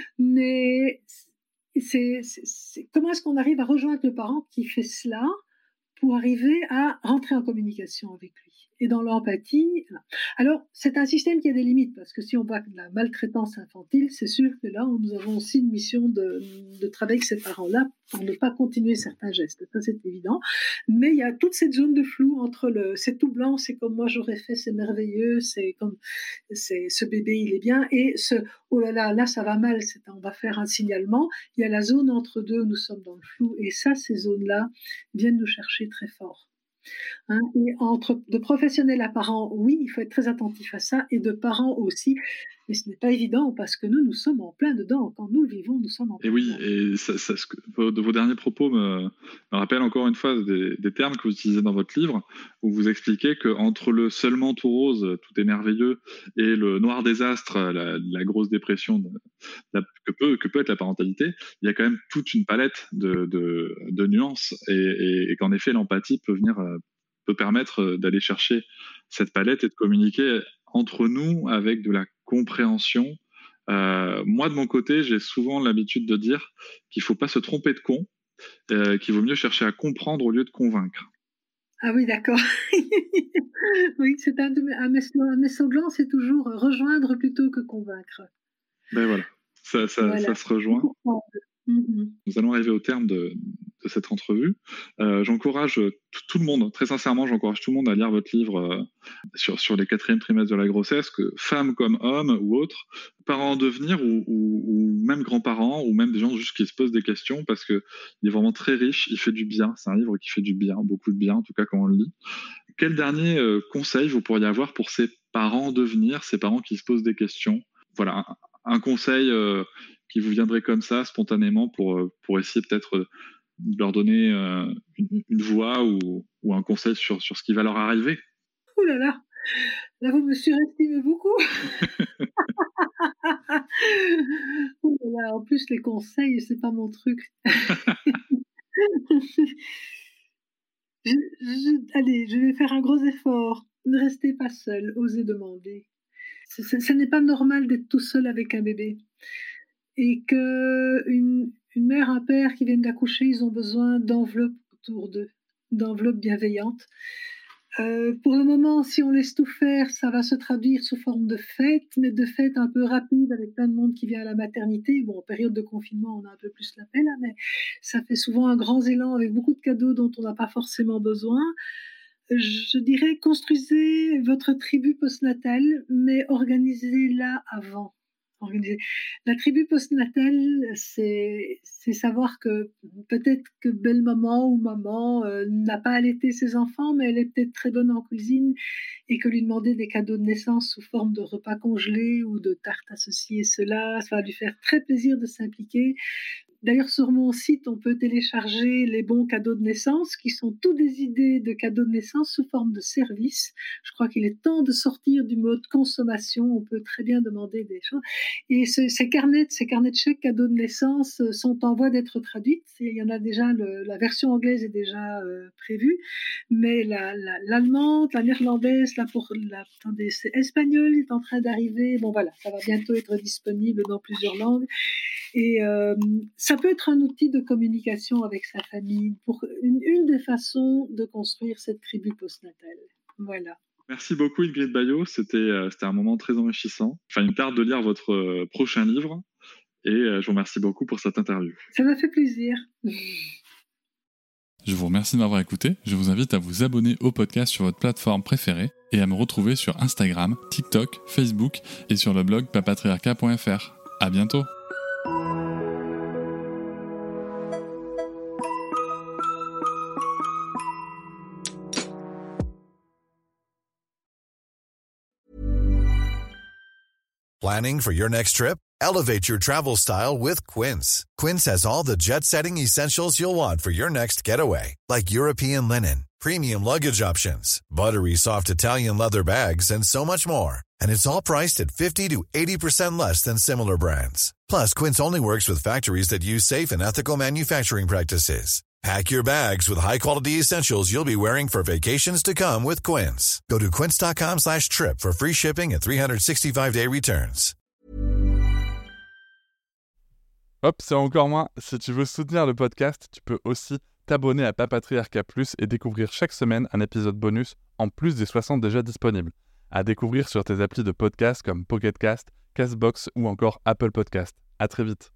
Mais... C'est, c'est, c'est, comment est-ce qu'on arrive à rejoindre le parent qui fait cela pour arriver à rentrer en communication avec lui et dans l'empathie. Alors, c'est un système qui a des limites, parce que si on voit de la maltraitance infantile, c'est sûr que là, nous avons aussi une mission de, de travailler avec ces parents-là pour ne pas continuer certains gestes. Ça, c'est évident. Mais il y a toute cette zone de flou entre le « c'est tout blanc, c'est comme moi j'aurais fait, c'est merveilleux, c'est comme c'est, ce bébé, il est bien » et ce « oh là là, là, ça va mal, c'est, on va faire un signalement ». Il y a la zone entre deux où nous sommes dans le flou. Et ça, ces zones-là viennent nous chercher très fort. Hein, et entre de professionnels à parents, oui, il faut être très attentif à ça, et de parents aussi, mais ce n'est pas évident parce que nous, nous sommes en plein dedans. Quand nous le vivons, nous sommes en plein dedans. Et oui, dedans. et ça, ça, de vos derniers propos me, me rappellent encore une fois des, des termes que vous utilisez dans votre livre, où vous expliquez qu'entre le seulement tout rose, tout est merveilleux, et le noir désastre, la, la grosse dépression de, la, que, peut, que peut être la parentalité, il y a quand même toute une palette de, de, de nuances, et, et, et qu'en effet, l'empathie peut venir... peut permettre d'aller chercher cette palette et de communiquer entre nous avec de la compréhension. Euh, moi, de mon côté, j'ai souvent l'habitude de dire qu'il ne faut pas se tromper de con, euh, qu'il vaut mieux chercher à comprendre au lieu de convaincre. Ah oui, d'accord. Oui, c'est un de mes, un de mes slogans, c'est toujours rejoindre plutôt que convaincre. Ben voilà, ça, ça, voilà. ça se rejoint. Mm-hmm. Nous allons arriver au terme de, de cette entrevue. Euh, j'encourage tout, tout le monde, très sincèrement, j'encourage tout le monde à lire votre livre euh, sur, sur les quatrièmes trimestres de la grossesse, que femmes comme hommes ou autres, parents en devenir ou, ou, ou même grands-parents ou même des gens juste qui se posent des questions, parce qu'il est vraiment très riche, il fait du bien, c'est un livre qui fait du bien, beaucoup de bien, en tout cas quand on le lit. Quel dernier euh, conseil vous pourriez avoir pour ces parents en devenir, ces parents qui se posent des questions? Voilà, un, un conseil euh, qui vous viendrait comme ça, spontanément, pour, pour essayer peut-être de leur donner euh, une, une voix ou, ou un conseil sur, sur ce qui va leur arriver. Ouh là là, là vous me surestimez beaucoup. Ouh là là, en plus les conseils, c'est pas mon truc. je, je, allez, je vais faire un gros effort. Ne restez pas seul, osez demander. Ce, ce, ce n'est pas normal d'être tout seul avec un bébé. Et qu'une une mère, un père qui viennent d'accoucher, ils ont besoin d'enveloppes autour d'eux, d'enveloppes bienveillantes. Euh, pour le moment, si on laisse tout faire, ça va se traduire sous forme de fête, mais de fête un peu rapide avec plein de monde qui vient à la maternité. Bon, en période de confinement, on a un peu plus la peine, mais ça fait souvent un grand élan avec beaucoup de cadeaux dont on n'a pas forcément besoin. Je dirais, construisez votre tribu postnatale, mais organisez-la avant. organisé. La tribu postnatale, c'est, c'est savoir que peut-être que belle-maman ou maman euh, n'a pas allaité ses enfants, mais elle est peut-être très bonne en cuisine et que lui demander des cadeaux de naissance sous forme de repas congelés ou de tartes à ceci et cela, ça va lui faire très plaisir de s'impliquer. D'ailleurs, sur mon site, on peut télécharger les bons cadeaux de naissance, qui sont tous des idées de cadeaux de naissance sous forme de service. Je crois qu'il est temps de sortir du mode consommation. On peut très bien demander des choses. Et ce, ces carnets, ces carnets de chèques cadeaux de naissance sont en voie d'être traduites. Il y en a déjà, le, la version anglaise est déjà euh, prévue, mais la, la, l'allemande, la néerlandaise, la, pour, la attendez, c'est espagnol est en train d'arriver. Bon voilà, ça va bientôt être disponible dans plusieurs langues. Et euh, ça peut être un outil de communication avec sa famille, pour une, une des façons de construire cette tribu postnatale. Voilà. Merci beaucoup Ingrid Baillot, c'était, euh, c'était un moment très enrichissant. Enfin, il me tarde de lire votre euh, prochain livre et euh, je vous remercie beaucoup pour cette interview. Ça m'a fait plaisir. Je vous remercie de m'avoir écouté. Je vous invite à vous abonner au podcast sur votre plateforme préférée et à me retrouver sur Instagram, TikTok, Facebook et sur le blog papatriarcat point f r. À bientôt. Planning for your next trip? Elevate your travel style with Quince. Quince has all the jet-setting essentials you'll want for your next getaway, like European linen, premium luggage options, buttery soft Italian leather bags, and so much more. And it's all priced at fifty to eighty percent less than similar brands. Plus, Quince only works with factories that use safe and ethical manufacturing practices. Pack your bags with high-quality essentials you'll be wearing for vacations to come with Quince. Go to quince.com slash trip for free shipping and three sixty-five day returns. Hop, c'est encore moins. Si tu veux soutenir le podcast, tu peux aussi t'abonner à Papatriarcat Plus et découvrir chaque semaine un épisode bonus en plus des soixante déjà disponibles. À découvrir sur tes applis de podcast comme Pocket Cast, Castbox ou encore Apple Podcast. À très vite.